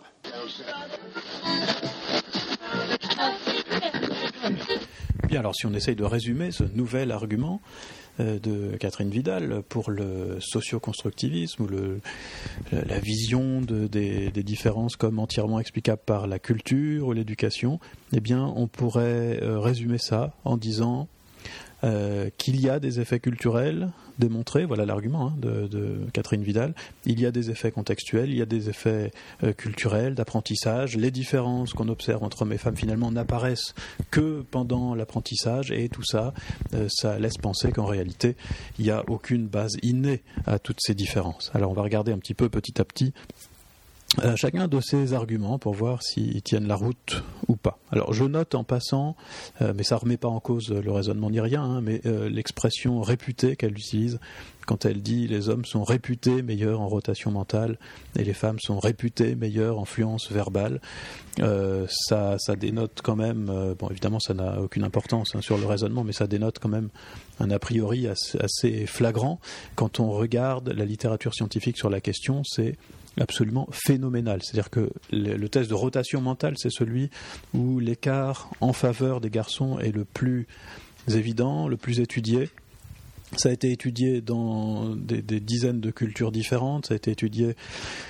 [SPEAKER 1] Bien, alors si on essaye de résumer ce nouvel argument euh, de Catherine Vidal pour le socioconstructivisme ou le, la vision de, des, des différences comme entièrement explicables par la culture ou l'éducation, eh bien on pourrait euh, résumer ça en disant euh, qu'il y a des effets culturels démontrés, voilà l'argument hein, de, de Catherine Vidal, il y a des effets contextuels, il y a des effets euh, culturels, d'apprentissage, les différences qu'on observe entre hommes et femmes finalement n'apparaissent que pendant l'apprentissage et tout ça, euh, ça laisse penser qu'en réalité il n'y a aucune base innée à toutes ces différences. Alors on va regarder un petit peu petit à petit euh, chacun de ces arguments pour voir s'ils tiennent la route ou pas. Alors je note en passant, euh, mais ça ne remet pas en cause le raisonnement ni rien, hein, mais euh, l'expression réputée qu'elle utilise quand elle dit les hommes sont réputés meilleurs en rotation mentale et les femmes sont réputées meilleures en fluence verbale, euh, ça, ça dénote quand même, euh, bon évidemment ça n'a aucune importance hein, sur le raisonnement, mais ça dénote quand même un a priori assez, assez flagrant. Quand on regarde la littérature scientifique sur la question, c'est absolument phénoménal. C'est-à-dire que le, le test de rotation mentale, c'est celui où l'écart en faveur des garçons est le plus évident, le plus étudié. Ça a été étudié dans des, des dizaines de cultures différentes, ça a été étudié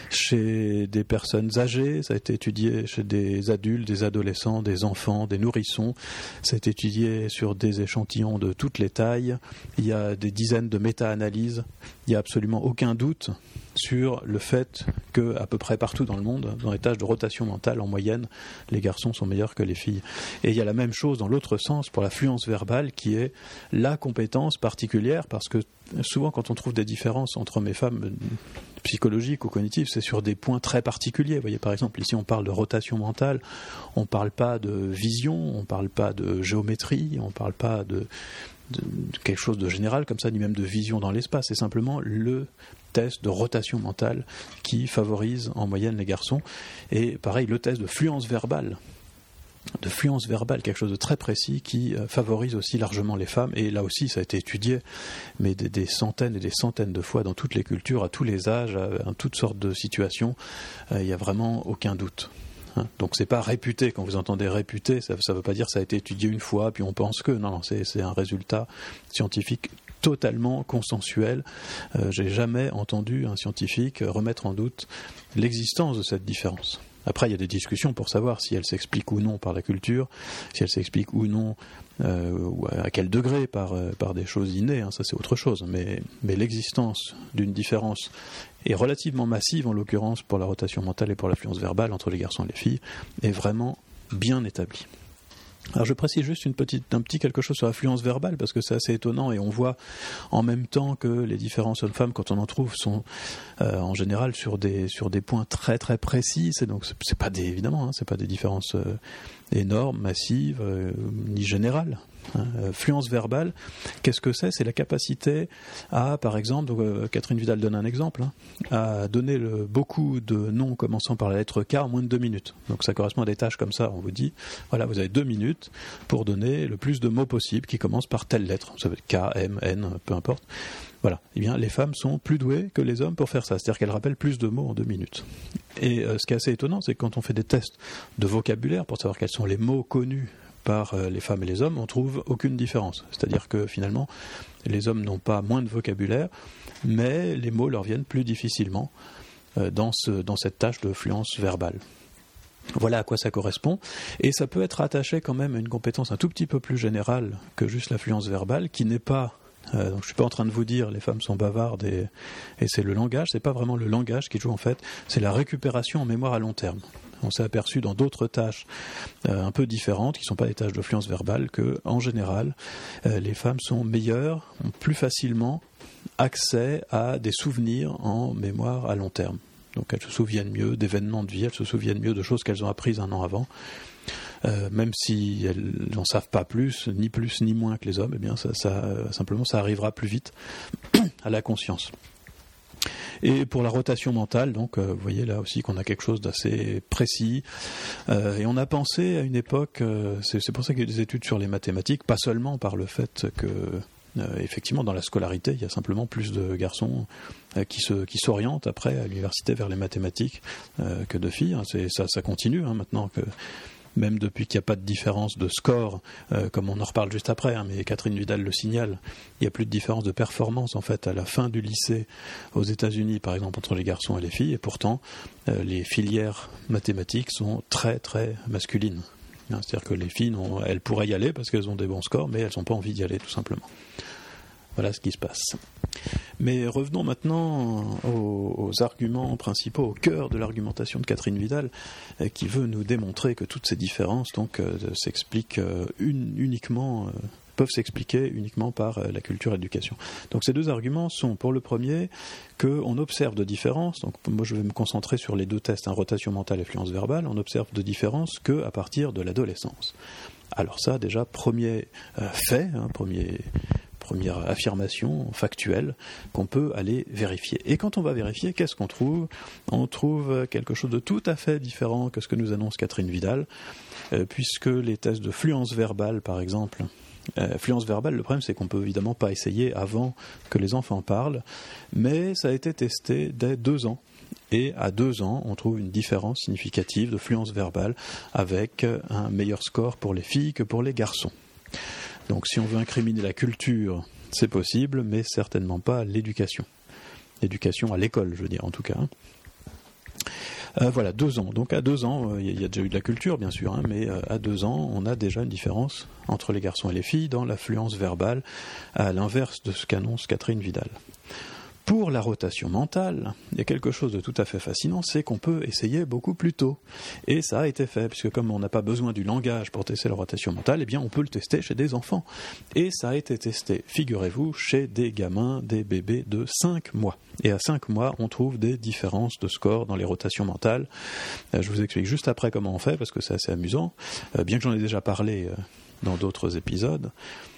[SPEAKER 1] chez des personnes âgées, ça a été étudié chez des adultes, des adolescents, des enfants, des nourrissons, ça a été étudié sur des échantillons de toutes les tailles, il y a des dizaines de méta-analyses, il n'y a absolument aucun doute sur le fait qu'à peu près partout dans le monde, dans les tâches de rotation mentale, en moyenne, les garçons sont meilleurs que les filles. Et il y a la même chose dans l'autre sens pour la fluence verbale, qui est la compétence particulière, parce que souvent quand on trouve des différences entre hommes et femmes, psychologiques ou cognitives, c'est sur des points très particuliers. Vous voyez, par exemple, ici on parle de rotation mentale, on ne parle pas de vision, on ne parle pas de géométrie, on ne parle pas de, de, de quelque chose de général comme ça, ni même de vision dans l'espace. C'est simplement le test de rotation mentale qui favorise en moyenne les garçons. Et pareil, le test de fluence verbale, de fluence verbale, quelque chose de très précis qui euh, favorise aussi largement les femmes. Et là aussi, ça a été étudié, mais des, des centaines et des centaines de fois dans toutes les cultures, à tous les âges, à, à toutes sortes de situations. Il euh, n'y a vraiment aucun doute. Hein. Donc c'est pas réputé. Quand vous entendez réputé, ça ne veut pas dire que ça a été étudié une fois, puis on pense que. Non, non, c'est, c'est un résultat scientifique totalement consensuel. Euh, j'ai jamais entendu un scientifique remettre en doute l'existence de cette différence. Après, il y a des discussions pour savoir si elle s'explique ou non par la culture, si elle s'explique ou non, euh, ou à quel degré par, euh, par des choses innées, hein, ça c'est autre chose. Mais, mais l'existence d'une différence est relativement massive, en l'occurrence pour la rotation mentale et pour l'influence verbale entre les garçons et les filles, est vraiment bien établie. Alors je précise juste une petite, un petit quelque chose sur la fluence verbale, parce que c'est assez étonnant et on voit en même temps que les différences hommes-femmes, quand on en trouve, sont euh, en général sur des, sur des points très très précis. C'est donc c'est pas des, évidemment, hein, c'est pas des différences euh, énormes, massives, euh, ni générales. Hein. Euh, fluence verbale, qu'est-ce que c'est ? C'est la capacité à, par exemple, donc, euh, Catherine Vidal donne un exemple, hein, à donner le, beaucoup de noms commençant par la lettre K en moins de deux minutes. Donc ça correspond à des tâches comme ça. On vous dit, voilà, vous avez deux minutes pour donner le plus de mots possible qui commencent par telle lettre. Ça peut être K, M, N, peu importe. Voilà. Eh bien, les femmes sont plus douées que les hommes pour faire ça. C'est-à-dire qu'elles rappellent plus de mots en deux minutes. Et euh, ce qui est assez étonnant, c'est que quand on fait des tests de vocabulaire pour savoir quels sont les mots connus par euh, les femmes et les hommes, on trouve aucune différence. C'est-à-dire que finalement, les hommes n'ont pas moins de vocabulaire, mais les mots leur viennent plus difficilement euh, dans, ce, dans cette tâche de fluence verbale. Voilà à quoi ça correspond, et ça peut être attaché quand même à une compétence un tout petit peu plus générale que juste la fluence verbale, qui n'est pas, euh, donc je ne suis pas en train de vous dire les femmes sont bavardes et, et c'est le langage, c'est pas vraiment le langage qui joue en fait, c'est la récupération en mémoire à long terme. On s'est aperçu dans d'autres tâches euh, un peu différentes, qui ne sont pas des tâches de fluence verbale, que en général, euh, les femmes sont meilleures, ont plus facilement accès à des souvenirs en mémoire à long terme. Donc elles se souviennent mieux d'événements de vie, elles se souviennent mieux de choses qu'elles ont apprises un an avant. Euh, même si elles n'en savent pas plus, ni plus ni moins que les hommes, eh bien ça, ça, simplement ça arrivera plus vite à la conscience. Et pour la rotation mentale, donc, euh, vous voyez là aussi qu'on a quelque chose d'assez précis. Euh, et on a pensé à une époque, euh, c'est, c'est pour ça qu'il y a des études sur les mathématiques, pas seulement par le fait que, euh, effectivement, dans la scolarité, il y a simplement plus de garçons euh, qui, se, qui s'orientent après à l'université vers les mathématiques euh, que de filles. Hein. C'est, ça, ça continue hein, maintenant que... Même depuis qu'il n'y a pas de différence de score, euh, comme on en reparle juste après, hein, mais Catherine Vidal le signale, il n'y a plus de différence de performance en fait à la fin du lycée aux États-Unis, par exemple, entre les garçons et les filles, et pourtant euh, les filières mathématiques sont très très masculines. Hein, c'est-à-dire que les filles, non, elles pourraient y aller parce qu'elles ont des bons scores, mais elles n'ont pas envie d'y aller tout simplement. Voilà ce qui se passe. Mais revenons maintenant aux, aux arguments principaux, au cœur de l'argumentation de Catherine Vidal, euh, qui veut nous démontrer que toutes ces différences donc, euh, s'expliquent euh, une, uniquement... Euh, peuvent s'expliquer uniquement par la culture et l'éducation. Donc ces deux arguments sont, pour le premier, qu'on observe de différences, donc moi je vais me concentrer sur les deux tests, hein, rotation mentale et fluence verbale, on observe de différences qu'à partir de l'adolescence. Alors ça, déjà, premier euh, fait, hein, premier, première affirmation factuelle qu'on peut aller vérifier. Et quand on va vérifier, qu'est-ce qu'on trouve ? On trouve quelque chose de tout à fait différent que ce que nous annonce Catherine Vidal, euh, puisque les tests de fluence verbale, par exemple, Euh, fluence verbale, le problème c'est qu'on ne peut évidemment pas essayer avant que les enfants parlent, mais ça a été testé dès deux ans. Et à deux ans, on trouve une différence significative de fluence verbale avec un meilleur score pour les filles que pour les garçons. Donc si on veut incriminer la culture, c'est possible, mais certainement pas l'éducation. L'éducation à l'école, je veux dire, en tout cas. Euh, voilà, deux ans. Donc à deux ans, il euh, y, y a déjà eu de la culture, bien sûr, hein, mais euh, à deux ans, on a déjà une différence entre les garçons et les filles dans la fluence verbale, à l'inverse de ce qu'annonce Catherine Vidal. Pour la rotation mentale, il y a quelque chose de tout à fait fascinant, c'est qu'on peut essayer beaucoup plus tôt. Et ça a été fait, puisque comme on n'a pas besoin du langage pour tester la rotation mentale, eh bien on peut le tester chez des enfants. Et ça a été testé, figurez-vous, chez des gamins, des bébés de cinq mois. Et à cinq mois, on trouve des différences de score dans les rotations mentales. Euh, je vous explique juste après comment on fait, parce que c'est assez amusant, euh, bien que j'en ai déjà parlé euh, dans d'autres épisodes.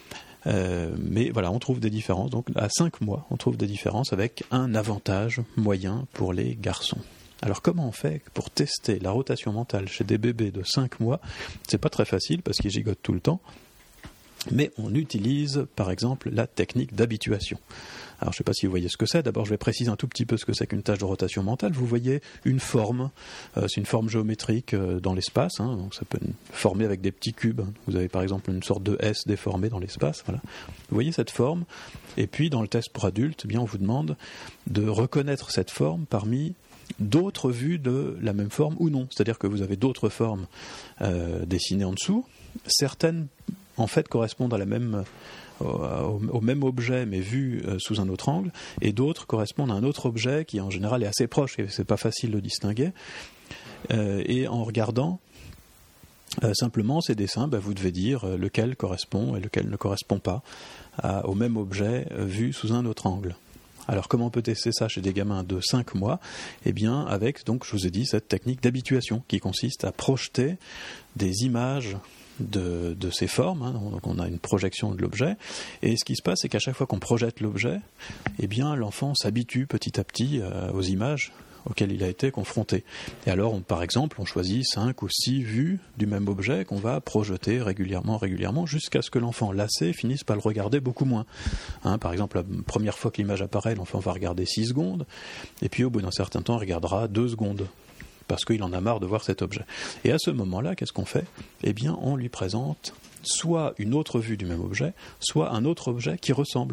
[SPEAKER 1] Euh, mais voilà, on trouve des différences. Donc à cinq mois, on trouve des différences avec un avantage moyen pour les garçons. Alors comment on fait pour tester la rotation mentale chez des bébés de cinq mois ? C'est pas très facile parce qu'ils gigotent tout le temps, mais on utilise par exemple la technique d'habituation. Alors je ne sais pas si vous voyez ce que c'est. D'abord je vais préciser un tout petit peu ce que c'est qu'une tâche de rotation mentale. Vous voyez une forme, euh, c'est une forme géométrique euh, dans l'espace, hein, donc ça peut être formé avec des petits cubes. Vous avez par exemple une sorte de S déformé dans l'espace. Voilà. Vous voyez cette forme, et puis dans le test pour adultes, eh bien, on vous demande de reconnaître cette forme parmi d'autres vues de la même forme ou non. C'est-à-dire que vous avez d'autres formes euh, dessinées en dessous. Certaines en fait correspondent à la même... Au, au même objet mais vu euh, sous un autre angle, et d'autres correspondent à un autre objet qui en général est assez proche et c'est pas facile de distinguer. Euh, et en regardant euh, simplement ces dessins, bah, vous devez dire euh, lequel correspond et lequel ne correspond pas à, au même objet euh, vu sous un autre angle. Alors comment on peut tester ça chez des gamins de cinq mois ? Eh bien avec, donc je vous ai dit, cette technique d'habituation qui consiste à projeter des images De, de ces formes, hein. Donc on a une projection de l'objet, et ce qui se passe, c'est qu'à chaque fois qu'on projette l'objet, eh bien l'enfant s'habitue petit à petit euh, aux images auxquelles il a été confronté. Et alors, on, par exemple, on choisit cinq ou six vues du même objet qu'on va projeter régulièrement, régulièrement, jusqu'à ce que l'enfant lassé finisse par le regarder beaucoup moins. Hein, par exemple, la première fois que l'image apparaît, l'enfant va regarder six secondes, et puis au bout d'un certain temps, il regardera deux secondes. Parce qu'il en a marre de voir cet objet. Et à ce moment-là, qu'est-ce qu'on fait ? Eh bien, on lui présente soit une autre vue du même objet, soit un autre objet qui ressemble,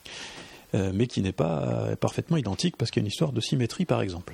[SPEAKER 1] euh, mais qui n'est pas euh, parfaitement identique, parce qu'il y a une histoire de symétrie, par exemple.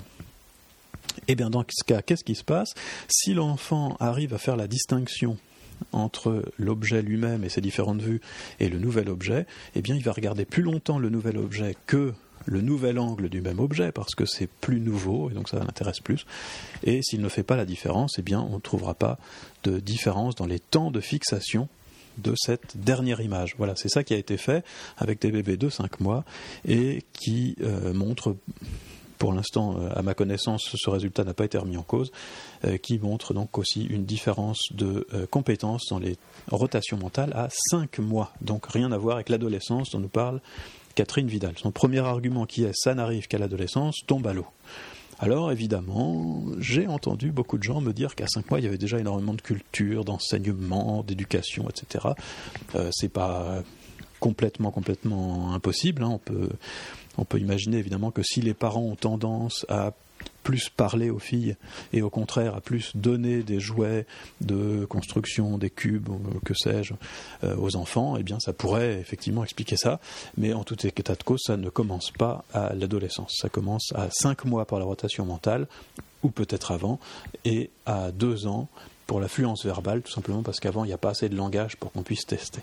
[SPEAKER 1] Eh bien, dans ce cas, qu'est-ce qui se passe ? Si l'enfant arrive à faire la distinction entre l'objet lui-même et ses différentes vues et le nouvel objet, eh bien, il va regarder plus longtemps le nouvel objet que le nouvel angle du même objet, parce que c'est plus nouveau, et donc ça l'intéresse plus. Et s'il ne fait pas la différence, eh bien, on ne trouvera pas de différence dans les temps de fixation de cette dernière image. Voilà, c'est ça qui a été fait avec des bébés de cinq mois, et qui euh, montre, pour l'instant, à ma connaissance, ce résultat n'a pas été remis en cause, euh, qui montre donc aussi une différence de euh, compétences dans les rotations mentales à cinq mois. Donc rien à voir avec l'adolescence dont nous parle Catherine Vidal. Son premier argument qui est « ça n'arrive qu'à l'adolescence » tombe à l'eau. Alors évidemment, j'ai entendu beaucoup de gens me dire qu'à cinq mois, il y avait déjà énormément de culture, d'enseignement, d'éducation, et cetera. Euh, c'est pas complètement, complètement impossible. Hein. On peut, on peut imaginer évidemment que si les parents ont tendance à plus parler aux filles et au contraire à plus donner des jouets de construction, des cubes, que sais-je, euh, aux enfants, eh bien ça pourrait effectivement expliquer ça, mais en tout état de cause, ça ne commence pas à l'adolescence, ça commence à cinq mois pour la rotation mentale, ou peut-être avant, et à deux ans pour la fluence verbale, tout simplement parce qu'avant il n'y a pas assez de langage pour qu'on puisse tester.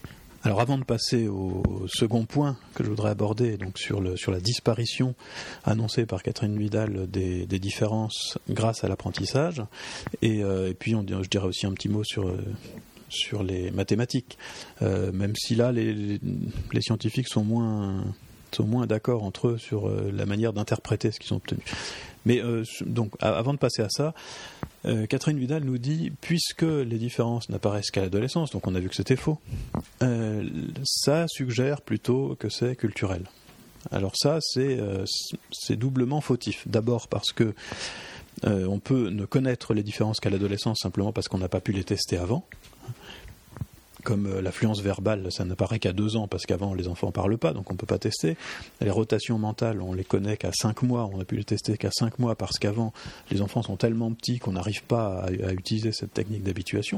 [SPEAKER 1] Alors avant de passer au second point que je voudrais aborder, donc sur, le, sur la disparition annoncée par Catherine Vidal des, des différences grâce à l'apprentissage, et, euh, et puis on, je dirais aussi un petit mot sur, euh, sur les mathématiques, euh, même si là les, les, les scientifiques sont moins, sont moins d'accord entre eux sur euh, la manière d'interpréter ce qu'ils ont obtenu. Mais euh, donc, avant de passer à ça, euh, Catherine Vidal nous dit, puisque les différences n'apparaissent qu'à l'adolescence, donc on a vu que c'était faux, euh, ça suggère plutôt que c'est culturel. Alors ça, c'est, euh, c'est doublement fautif. D'abord parce que euh, on peut ne connaître les différences qu'à l'adolescence simplement parce qu'on n'a pas pu les tester avant. Comme l'affluence verbale, ça n'apparaît qu'à deux ans, parce qu'avant les enfants ne parlent pas, donc on ne peut pas tester. Les rotations mentales, on les connaît qu'à cinq mois, on a pu les tester qu'à cinq mois, parce qu'avant, les enfants sont tellement petits qu'on n'arrive pas à, à utiliser cette technique d'habituation.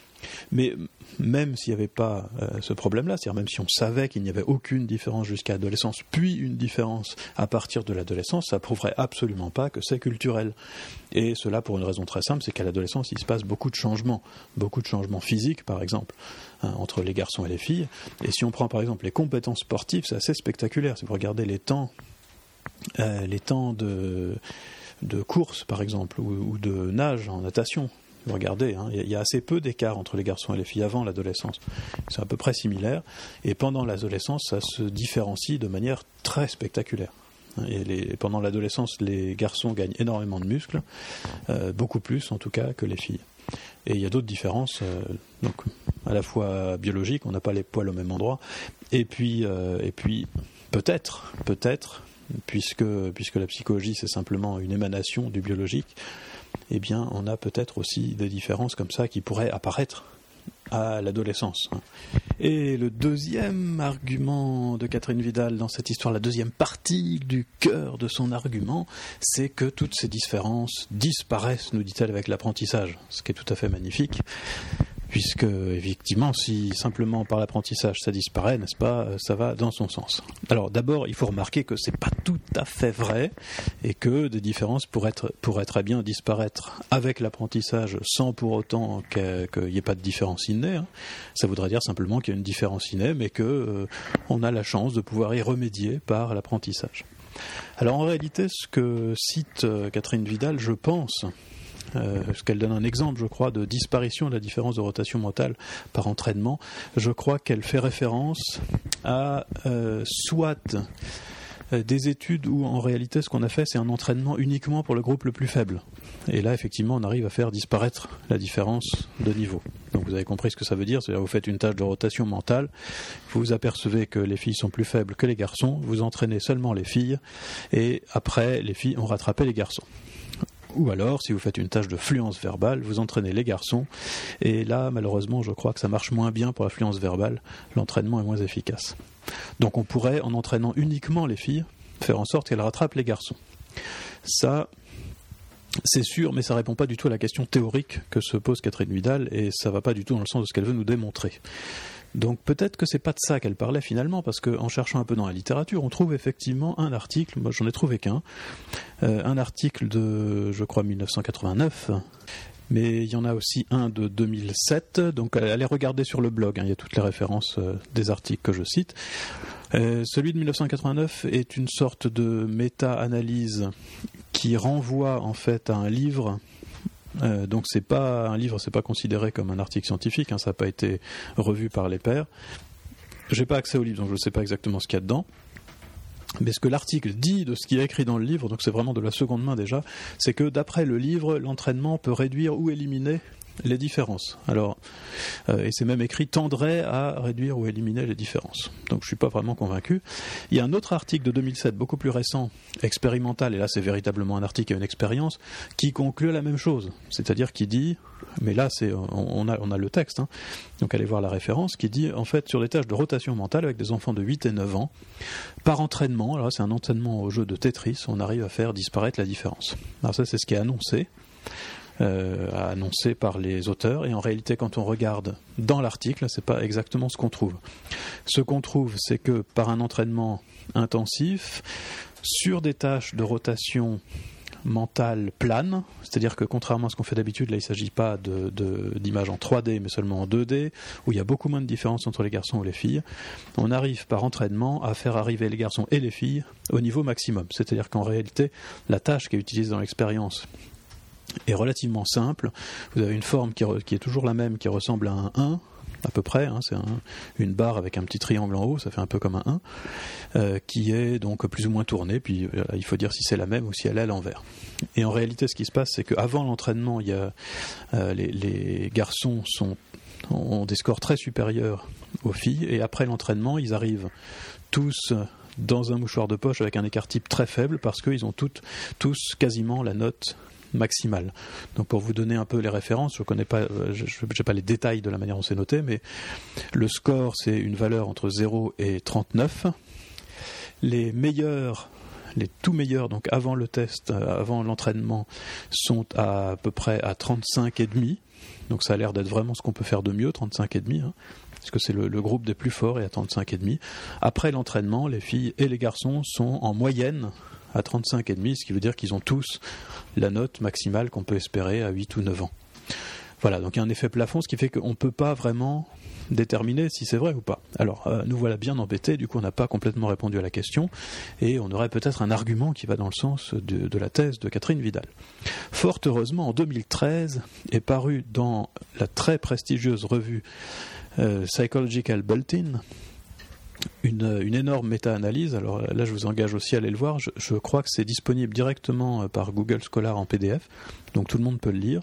[SPEAKER 1] Mais même s'il n'y avait pas euh, ce problème-là, c'est-à-dire même si on savait qu'il n'y avait aucune différence jusqu'à l'adolescence, puis une différence à partir de l'adolescence, ça ne prouverait absolument pas que c'est culturel. Et cela pour une raison très simple, c'est qu'à l'adolescence, il se passe beaucoup de changements, beaucoup de changements physiques par exemple, hein, entre les garçons et les filles. Et si on prend par exemple les compétences sportives, c'est assez spectaculaire. Si vous regardez les temps, euh, les temps de, de course par exemple, ou, ou de nage en natation, regardez, hein, il y a assez peu d'écart entre les garçons et les filles avant l'adolescence. C'est à peu près similaire. Et pendant l'adolescence, ça se différencie de manière très spectaculaire. Et les, pendant l'adolescence, les garçons gagnent énormément de muscles, euh, beaucoup plus en tout cas que les filles. Et il y a d'autres différences, euh, donc à la fois biologiques, on n'a pas les poils au même endroit, et puis, euh, et puis peut-être, peut-être, puisque, puisque la psychologie c'est simplement une émanation du biologique, eh bien, on a peut-être aussi des différences comme ça qui pourraient apparaître à l'adolescence. Et le deuxième argument de Catherine Vidal dans cette histoire, la deuxième partie du cœur de son argument, c'est que toutes ces différences disparaissent, nous dit-elle, avec l'apprentissage, ce qui est tout à fait magnifique. Puisque, effectivement, si simplement par l'apprentissage ça disparaît, n'est-ce pas, ça va dans son sens. Alors d'abord, il faut remarquer que c'est pas tout à fait vrai, et que des différences pourraient, être, pourraient très bien disparaître avec l'apprentissage sans pour autant qu'il n'y ait pas de différence innée. Hein. Ça voudrait dire simplement qu'il y a une différence innée, mais qu'on euh, a la chance de pouvoir y remédier par l'apprentissage. Alors en réalité, ce que cite euh, Catherine Vidal, je pense... Euh, parce qu'elle donne un exemple, je crois, de disparition de la différence de rotation mentale par entraînement. Je crois qu'elle fait référence à euh, soit euh, des études où en réalité ce qu'on a fait c'est un entraînement uniquement pour le groupe le plus faible. Et là effectivement on arrive à faire disparaître la différence de niveau. Donc vous avez compris ce que ça veut dire, c'est-à-dire vous faites une tâche de rotation mentale, vous vous apercevez que les filles sont plus faibles que les garçons, vous entraînez seulement les filles et après les filles ont rattrapé les garçons. Ou alors, si vous faites une tâche de fluence verbale, vous entraînez les garçons. Et là, malheureusement, je crois que ça marche moins bien pour la fluence verbale. L'entraînement est moins efficace. Donc on pourrait, en entraînant uniquement les filles, faire en sorte qu'elles rattrapent les garçons. Ça, c'est sûr, mais ça ne répond pas du tout à la question théorique que se pose Catherine Vidal, et ça ne va pas du tout dans le sens de ce qu'elle veut nous démontrer. Donc peut-être que c'est pas de ça qu'elle parlait finalement, parce qu'en cherchant un peu dans la littérature, on trouve effectivement un article, moi j'en ai trouvé qu'un, euh, un article de, je crois, mille neuf cent quatre-vingt-neuf, mais il y en a aussi un de deux mille sept, donc allez regarder sur le blog, hein, il y a toutes les références euh, des articles que je cite. Euh, celui de mille neuf cent quatre-vingt-neuf est une sorte de méta-analyse qui renvoie en fait à un livre. Euh, donc c'est pas un livre, c'est pas considéré comme un article scientifique, hein, ça n'a pas été revu par les pairs. J'ai pas accès au livre, donc je ne sais pas exactement ce qu'il y a dedans. Mais ce que l'article dit de ce qu'il a écrit dans le livre, donc c'est vraiment de la seconde main déjà, c'est que d'après le livre, l'entraînement peut réduire ou éliminer les différences. Alors, euh, et c'est même écrit tendrait à réduire ou éliminer les différences. Donc je ne suis pas vraiment convaincu. Il y a un autre article de deux mille sept, beaucoup plus récent, expérimental, et là c'est véritablement un article et une expérience, qui conclut la même chose. C'est-à-dire qui dit, mais là c'est, on, on, a, on a le texte, hein, donc allez voir la référence, qui dit en fait sur des tâches de rotation mentale avec des enfants de huit et neuf ans, par entraînement, alors là c'est un entraînement au jeu de Tetris, on arrive à faire disparaître la différence. Alors ça c'est ce qui est annoncé. Euh, annoncé par les auteurs, et en réalité quand on regarde dans l'article, c'est pas exactement ce qu'on trouve. Ce qu'on trouve, c'est que par un entraînement intensif, sur des tâches de rotation mentale plane, c'est-à-dire que contrairement à ce qu'on fait d'habitude, là il ne s'agit pas de, de, d'images en trois D mais seulement en deux D, où il y a beaucoup moins de différence entre les garçons ou les filles. On arrive par entraînement à faire arriver les garçons et les filles au niveau maximum, c'est-à-dire qu'en réalité la tâche qui est utilisée dans l'expérience est relativement simple. Vous avez une forme qui, re, qui est toujours la même, qui ressemble à un un à peu près, hein, c'est un, une barre avec un petit triangle en haut, ça fait un peu comme un un, euh, qui est donc plus ou moins tournée, puis euh, il faut dire si c'est la même ou si elle est à l'envers. Et en réalité, ce qui se passe, c'est qu'avant l'entraînement, il y a, euh, les, les garçons sont, ont des scores très supérieurs aux filles, et après l'entraînement, ils arrivent tous dans un mouchoir de poche avec un écart type très faible, parce qu'ils ont toutes, tous quasiment la note maximale. Donc pour vous donner un peu les références, je connais pas, je n'ai pas les détails de la manière dont c'est noté, mais le score c'est une valeur entre zéro et trente-neuf. Les meilleurs, les tout meilleurs, donc avant le test, avant l'entraînement, sont à, à peu près à trente-cinq virgule cinq. Donc ça a l'air d'être vraiment ce qu'on peut faire de mieux, trente-cinq virgule cinq, hein, parce que c'est le, le groupe des plus forts et à trente-cinq virgule cinq. Après l'entraînement, les filles et les garçons sont en moyenne à trente-cinq virgule cinq, ce qui veut dire qu'ils ont tous la note maximale qu'on peut espérer à huit ou neuf ans. Voilà, donc il y a un effet plafond, ce qui fait qu'on ne peut pas vraiment déterminer si c'est vrai ou pas. Alors, euh, nous voilà bien embêtés, du coup on n'a pas complètement répondu à la question, et on aurait peut-être un argument qui va dans le sens de, de la thèse de Catherine Vidal. Fort heureusement, en deux mille treize, est paru dans la très prestigieuse revue euh, Psychological Bulletin, Une, une énorme méta-analyse. Alors là, je vous engage aussi à aller le voir. Je, je crois que c'est disponible directement par Google Scholar en P D F, donc tout le monde peut le lire.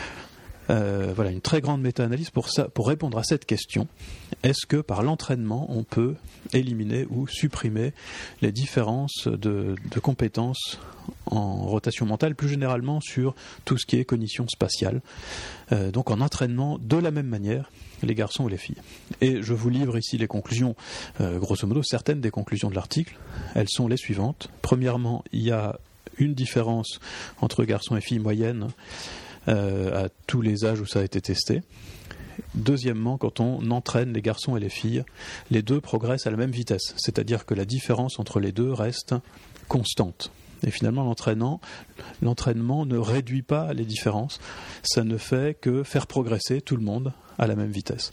[SPEAKER 1] Euh, voilà, une très grande méta-analyse pour ça, pour répondre à cette question. Est-ce que par l'entraînement, on peut éliminer ou supprimer les différences de, de compétences en rotation mentale, plus généralement sur tout ce qui est cognition spatiale, euh, donc en entraînement de la même manière les garçons ou les filles. Et je vous livre ici les conclusions, euh, grosso modo, certaines des conclusions de l'article. Elles sont les suivantes. Premièrement, il y a une différence entre garçons et filles moyenne euh, à tous les âges où ça a été testé. Deuxièmement, quand on entraîne les garçons et les filles, les deux progressent à la même vitesse, c'est-à-dire que la différence entre les deux reste constante. Et finalement, l'entraînement, l'entraînement ne réduit pas les différences, ça ne fait que faire progresser tout le monde à la même vitesse.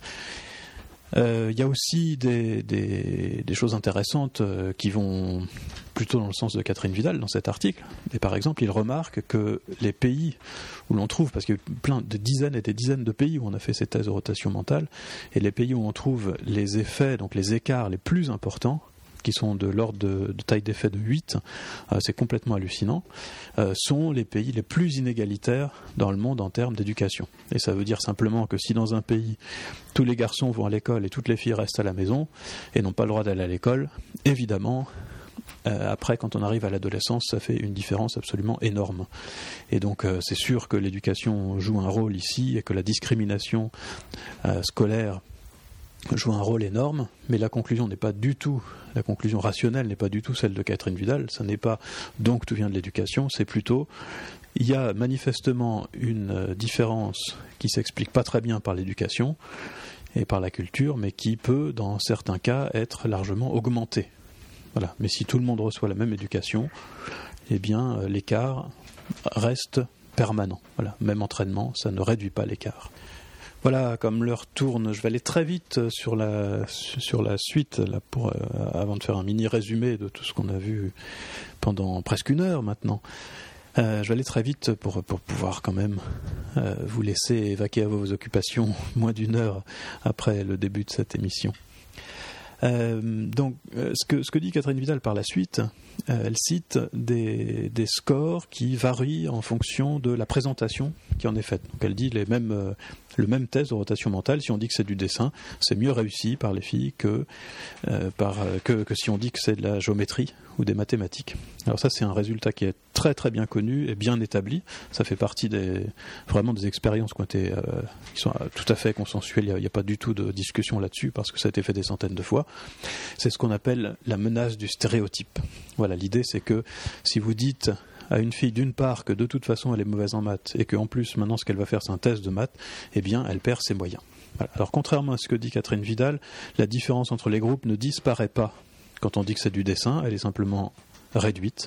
[SPEAKER 1] Euh, il y a aussi des, des, des choses intéressantes euh, qui vont plutôt dans le sens de Catherine Vidal dans cet article. Et par exemple, il remarque que les pays où l'on trouve, parce qu'il y a plein de dizaines et des dizaines de pays où on a fait ces thèses de rotation mentale, et les pays où on trouve les effets, donc les écarts les plus importants, qui sont de l'ordre de, de taille d'effet de huit, euh, c'est complètement hallucinant, euh, sont les pays les plus inégalitaires dans le monde en termes d'éducation. Et ça veut dire simplement que si dans un pays, tous les garçons vont à l'école et toutes les filles restent à la maison et n'ont pas le droit d'aller à l'école, évidemment, euh, après, quand on arrive à l'adolescence, ça fait une différence absolument énorme. Et donc, euh, c'est sûr que l'éducation joue un rôle ici et que la discrimination euh, scolaire joue un rôle énorme, mais la conclusion n'est pas du tout, la conclusion rationnelle n'est pas du tout celle de Catherine Vidal, ça n'est pas donc tout vient de l'éducation, c'est plutôt, il y a manifestement une différence qui s'explique pas très bien par l'éducation et par la culture, mais qui peut, dans certains cas, être largement augmentée. Voilà. Mais si tout le monde reçoit la même éducation, eh bien, l'écart reste permanent. Voilà. Même entraînement, ça ne réduit pas l'écart. Voilà, comme l'heure tourne, je vais aller très vite sur la, sur la suite, là, pour, euh, avant de faire un mini résumé de tout ce qu'on a vu pendant presque une heure maintenant. Euh, je vais aller très vite pour, pour pouvoir quand même euh, vous laisser évacuer à vos occupations moins d'une heure après le début de cette émission. Euh, donc, euh, ce que, ce que dit Catherine Vidal par la suite, euh, elle cite des, des scores qui varient en fonction de la présentation qui en est faite. Donc, elle dit les mêmes, euh, le même test de rotation mentale, si on dit que c'est du dessin, c'est mieux réussi par les filles que, euh, par, que, que si on dit que c'est de la géométrie ou des mathématiques. Alors ça, c'est un résultat qui est très très bien connu et bien établi. Ça fait partie des, vraiment des expériences qui, ont été, euh, qui sont tout à fait consensuelles. Il n'y a, a pas du tout de discussion là-dessus parce que ça a été fait des centaines de fois. C'est ce qu'on appelle la menace du stéréotype. Voilà, l'idée c'est que si vous dites à une fille d'une part que de toute façon elle est mauvaise en maths et qu'en plus maintenant ce qu'elle va faire c'est un test de maths, eh bien elle perd ses moyens. Voilà. Alors contrairement à ce que dit Catherine Vidal, la différence entre les groupes ne disparaît pas quand on dit que c'est du dessin, elle est simplement réduite.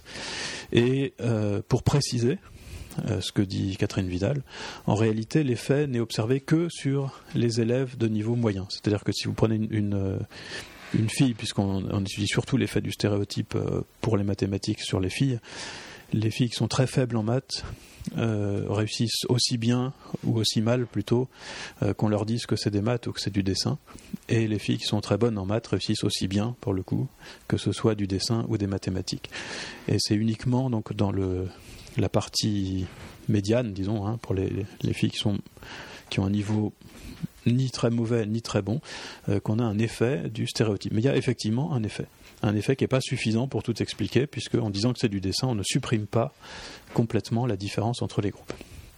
[SPEAKER 1] Et euh, pour préciser euh, ce que dit Catherine Vidal, en réalité, l'effet n'est observé que sur les élèves de niveau moyen. C'est-à-dire que si vous prenez une, une, une fille, puisqu'on on utilise surtout l'effet du stéréotype pour les mathématiques sur les filles, les filles qui sont très faibles en maths euh, réussissent aussi bien ou aussi mal plutôt euh, qu'on leur dise que c'est des maths ou que c'est du dessin, et les filles qui sont très bonnes en maths réussissent aussi bien pour le coup que ce soit du dessin ou des mathématiques. Et c'est uniquement donc dans le, la partie médiane, disons, hein, pour les, les filles qui, sont, qui ont un niveau ni très mauvais ni très bon, euh, qu'on a un effet du stéréotype. Mais il y a effectivement un effet. Un effet qui n'est pas suffisant pour tout expliquer, puisque en disant que c'est du dessin, on ne supprime pas complètement la différence entre les groupes.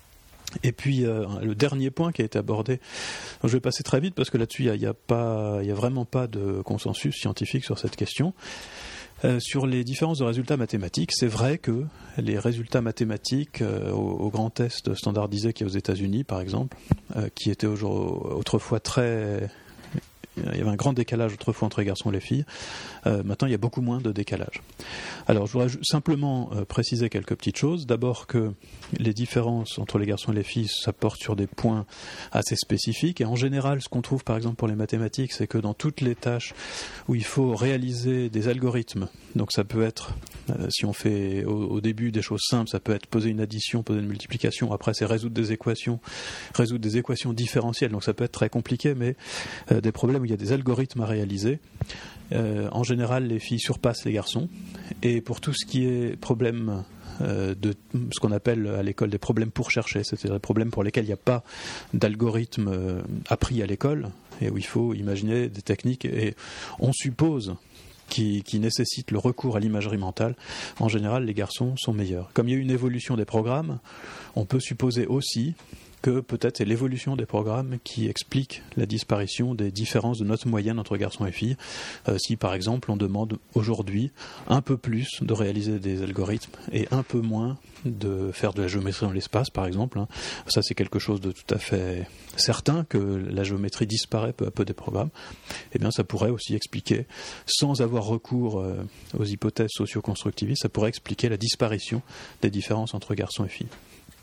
[SPEAKER 1] Et puis, euh, le dernier point qui a été abordé, je vais passer très vite parce que là-dessus, il n'y a, a, a vraiment pas de consensus scientifique sur cette question. Euh, sur les différences de résultats mathématiques, c'est vrai que les résultats mathématiques euh, au, au grand test standardisé qui est aux États-Unis, par exemple, euh, qui étaient autrefois très... Il y avait un grand décalage autrefois entre les garçons et les filles. Euh, maintenant, il y a beaucoup moins de décalage. Alors, je voudrais simplement euh, préciser quelques petites choses. D'abord que les différences entre les garçons et les filles, ça porte sur des points assez spécifiques. Et en général, ce qu'on trouve, par exemple, pour les mathématiques, c'est que dans toutes les tâches où il faut réaliser des algorithmes, donc ça peut être, euh, si on fait au, au début des choses simples, ça peut être poser une addition, poser une multiplication. Après, c'est résoudre des équations, résoudre des équations différentielles. Donc ça peut être très compliqué, mais euh, des problèmes où il y a des algorithmes à réaliser. Euh, en général, les filles surpassent les garçons. Et pour tout ce qui est problème euh, de ce qu'on appelle à l'école des problèmes pour chercher, c'est-à-dire des problèmes pour lesquels il n'y a pas d'algorithme euh, appris à l'école, et où il faut imaginer des techniques, et on suppose qui, qui nécessitent le recours à l'imagerie mentale, en général, les garçons sont meilleurs. Comme il y a eu une évolution des programmes, on peut supposer aussi que peut-être c'est l'évolution des programmes qui explique la disparition des différences de notes moyennes entre garçons et filles. Euh, si par exemple on demande aujourd'hui un peu plus de réaliser des algorithmes et un peu moins de faire de la géométrie dans l'espace par exemple, hein. Ça c'est quelque chose de tout à fait certain, que la géométrie disparaît peu à peu des programmes. Eh bien ça pourrait aussi expliquer, sans avoir recours euh, aux hypothèses socio-constructivistes, ça pourrait expliquer la disparition des différences entre garçons et filles.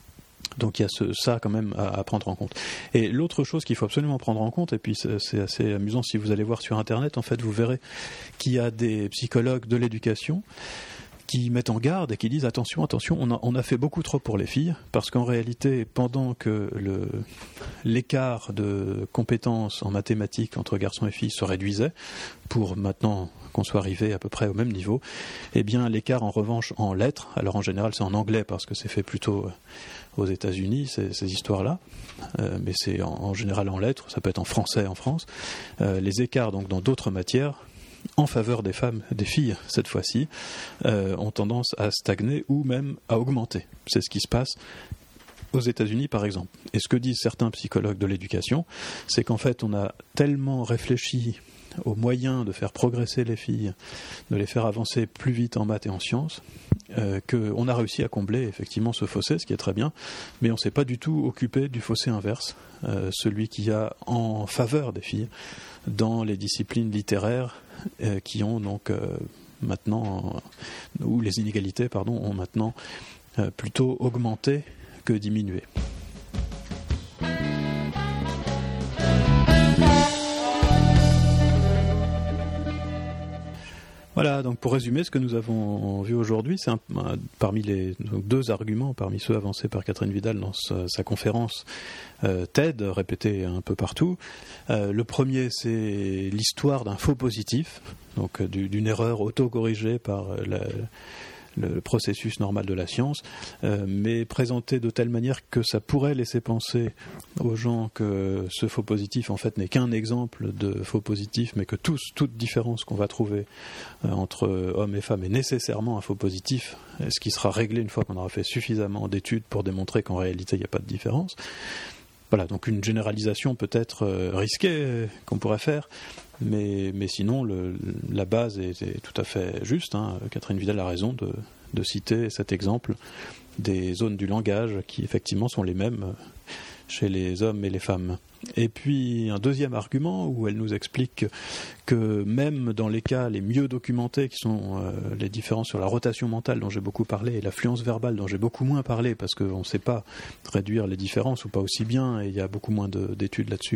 [SPEAKER 1] Donc il y a ce, ça quand même à, à prendre en compte. Et l'autre chose qu'il faut absolument prendre en compte, et puis c'est, c'est assez amusant si vous allez voir sur Internet, en fait vous verrez qu'il y a des psychologues de l'éducation qui mettent en garde et qui disent attention, attention, on a, on a fait beaucoup trop pour les filles, parce qu'en réalité, pendant que le, l'écart de compétences en mathématiques entre garçons et filles se réduisait, pour maintenant qu'on soit arrivé à peu près au même niveau, eh bien l'écart en revanche en lettres, alors en général c'est en anglais parce que c'est fait plutôt aux États-Unis, ces, ces histoires-là, euh, mais c'est en, en général en lettres, ça peut être en français en France, euh, les écarts donc dans d'autres matières, en faveur des femmes, des filles cette fois-ci, euh, ont tendance à stagner ou même à augmenter. C'est ce qui se passe aux États-Unis par exemple. Et ce que disent certains psychologues de l'éducation, c'est qu'en fait on a tellement réfléchi aux moyens de faire progresser les filles, de les faire avancer plus vite en maths et en sciences, euh, qu'on a réussi à combler effectivement ce fossé, ce qui est très bien, mais on ne s'est pas du tout occupé du fossé inverse, euh, celui qu'il y a en faveur des filles dans les disciplines littéraires euh, qui ont donc euh, maintenant, euh, où les inégalités pardon, ont maintenant euh, plutôt augmenté que diminué. Voilà, donc pour résumer, ce que nous avons vu aujourd'hui, c'est un, un, parmi les donc deux arguments, parmi ceux avancés par Catherine Vidal dans sa, sa conférence euh, TED, répétée un peu partout. Euh, le premier, c'est l'histoire d'un faux positif, donc euh, du, d'une erreur auto-corrigée par euh, la, le processus normal de la science, euh, mais présenté de telle manière que ça pourrait laisser penser aux gens que ce faux positif en fait n'est qu'un exemple de faux positif, mais que tous, toute différence qu'on va trouver euh, entre hommes et femmes est nécessairement un faux positif, ce qui sera réglé une fois qu'on aura fait suffisamment d'études pour démontrer qu'en réalité il n'y a pas de différence. Voilà, donc une généralisation peut-être euh, risquée euh, qu'on pourrait faire, mais, mais sinon le, la base est, est tout à fait juste. Hein. Catherine Vidal a raison de, de citer cet exemple des zones du langage qui effectivement sont les mêmes chez les hommes et les femmes. Et puis un deuxième argument où elle nous explique que même dans les cas les mieux documentés, qui sont euh, les différences sur la rotation mentale dont j'ai beaucoup parlé et la fluence verbale dont j'ai beaucoup moins parlé, parce qu'on ne sait pas réduire les différences ou pas aussi bien, et il y a beaucoup moins de, d'études là-dessus.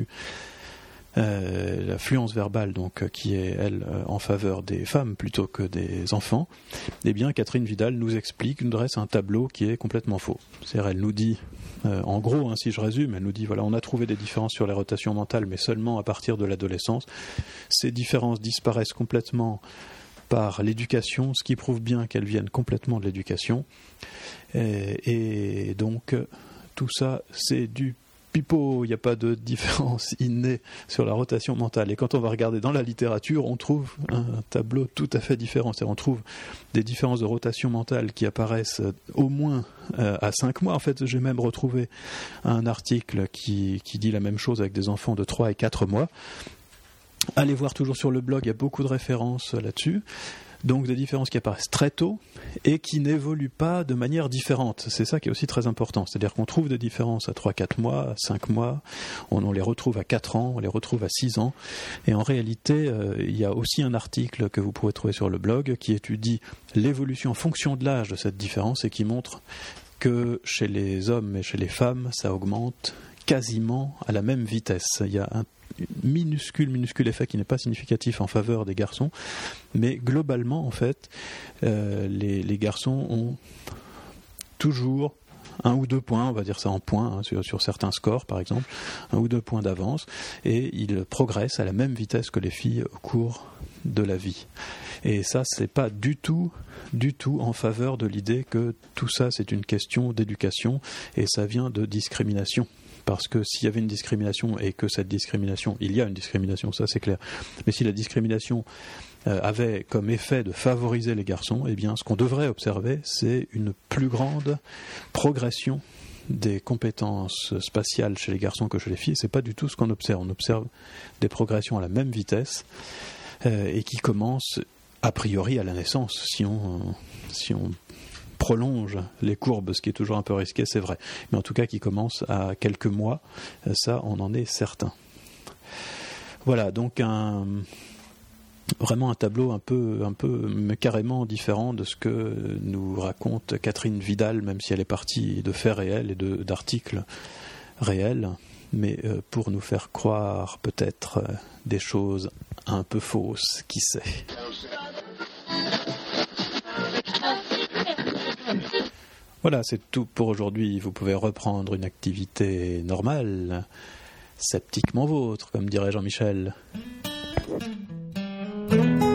[SPEAKER 1] Euh, la fluence verbale, donc, qui est, elle, euh, en faveur des femmes plutôt que des enfants, eh bien, Catherine Vidal nous explique, nous dresse un tableau qui est complètement faux. C'est-à-dire, elle nous dit, euh, en gros, hein, si je résume, elle nous dit, voilà, on a trouvé des différences sur les rotations mentales, mais seulement à partir de l'adolescence. Ces différences disparaissent complètement par l'éducation, ce qui prouve bien qu'elles viennent complètement de l'éducation. Et, et donc, tout ça, c'est du pipeau, il n'y a pas de différence innée sur la rotation mentale. Et quand on va regarder dans la littérature, on trouve un tableau tout à fait différent. C'est-à-dire on trouve des différences de rotation mentale qui apparaissent au moins euh, à cinq mois. En fait, j'ai même retrouvé un article qui, qui dit la même chose avec des enfants de trois et quatre mois. Allez voir toujours sur le blog, il y a beaucoup de références là-dessus. Donc des différences qui apparaissent très tôt et qui n'évoluent pas de manière différente. C'est ça qui est aussi très important. C'est-à-dire qu'on trouve des différences à trois à quatre mois, à cinq mois, on, on les retrouve à quatre ans, on les retrouve à six ans. Et en réalité, euh, il y a aussi un article que vous pourrez trouver sur le blog qui étudie l'évolution en fonction de l'âge de cette différence et qui montre que chez les hommes et chez les femmes, ça augmente quasiment à la même vitesse. Il y a un minuscule, minuscule effet qui n'est pas significatif en faveur des garçons, mais globalement, en fait, euh, les, les garçons ont toujours un ou deux points, on va dire ça en points, hein, sur, sur certains scores par exemple, un ou deux points d'avance, et ils progressent à la même vitesse que les filles au cours de la vie. Et ça, c'est pas du tout, du tout en faveur de l'idée que tout ça, c'est une question d'éducation, et ça vient de discrimination. Parce que s'il y avait une discrimination, et que cette discrimination, il y a une discrimination, ça c'est clair, mais si la discrimination euh, avait comme effet de favoriser les garçons, eh bien ce qu'on devrait observer, c'est une plus grande progression des compétences spatiales chez les garçons que chez les filles. C'est pas du tout ce qu'on observe. On observe des progressions à la même vitesse euh, et qui commencent a priori à la naissance, si on, si on prolonge les courbes, ce qui est toujours un peu risqué, c'est vrai. Mais en tout cas, qui commence à quelques mois, ça, on en est certain. Voilà, donc un, vraiment un tableau un peu, un peu, mais carrément différent de ce que nous raconte Catherine Vidal, même si elle est partie de faits réels et de, d'articles réels, mais euh, pour nous faire croire peut-être euh, des choses un peu fausses, qui sait. Voilà, c'est tout pour aujourd'hui. Vous pouvez reprendre une activité normale, sceptiquement vôtre, comme dirait Jean-Michel.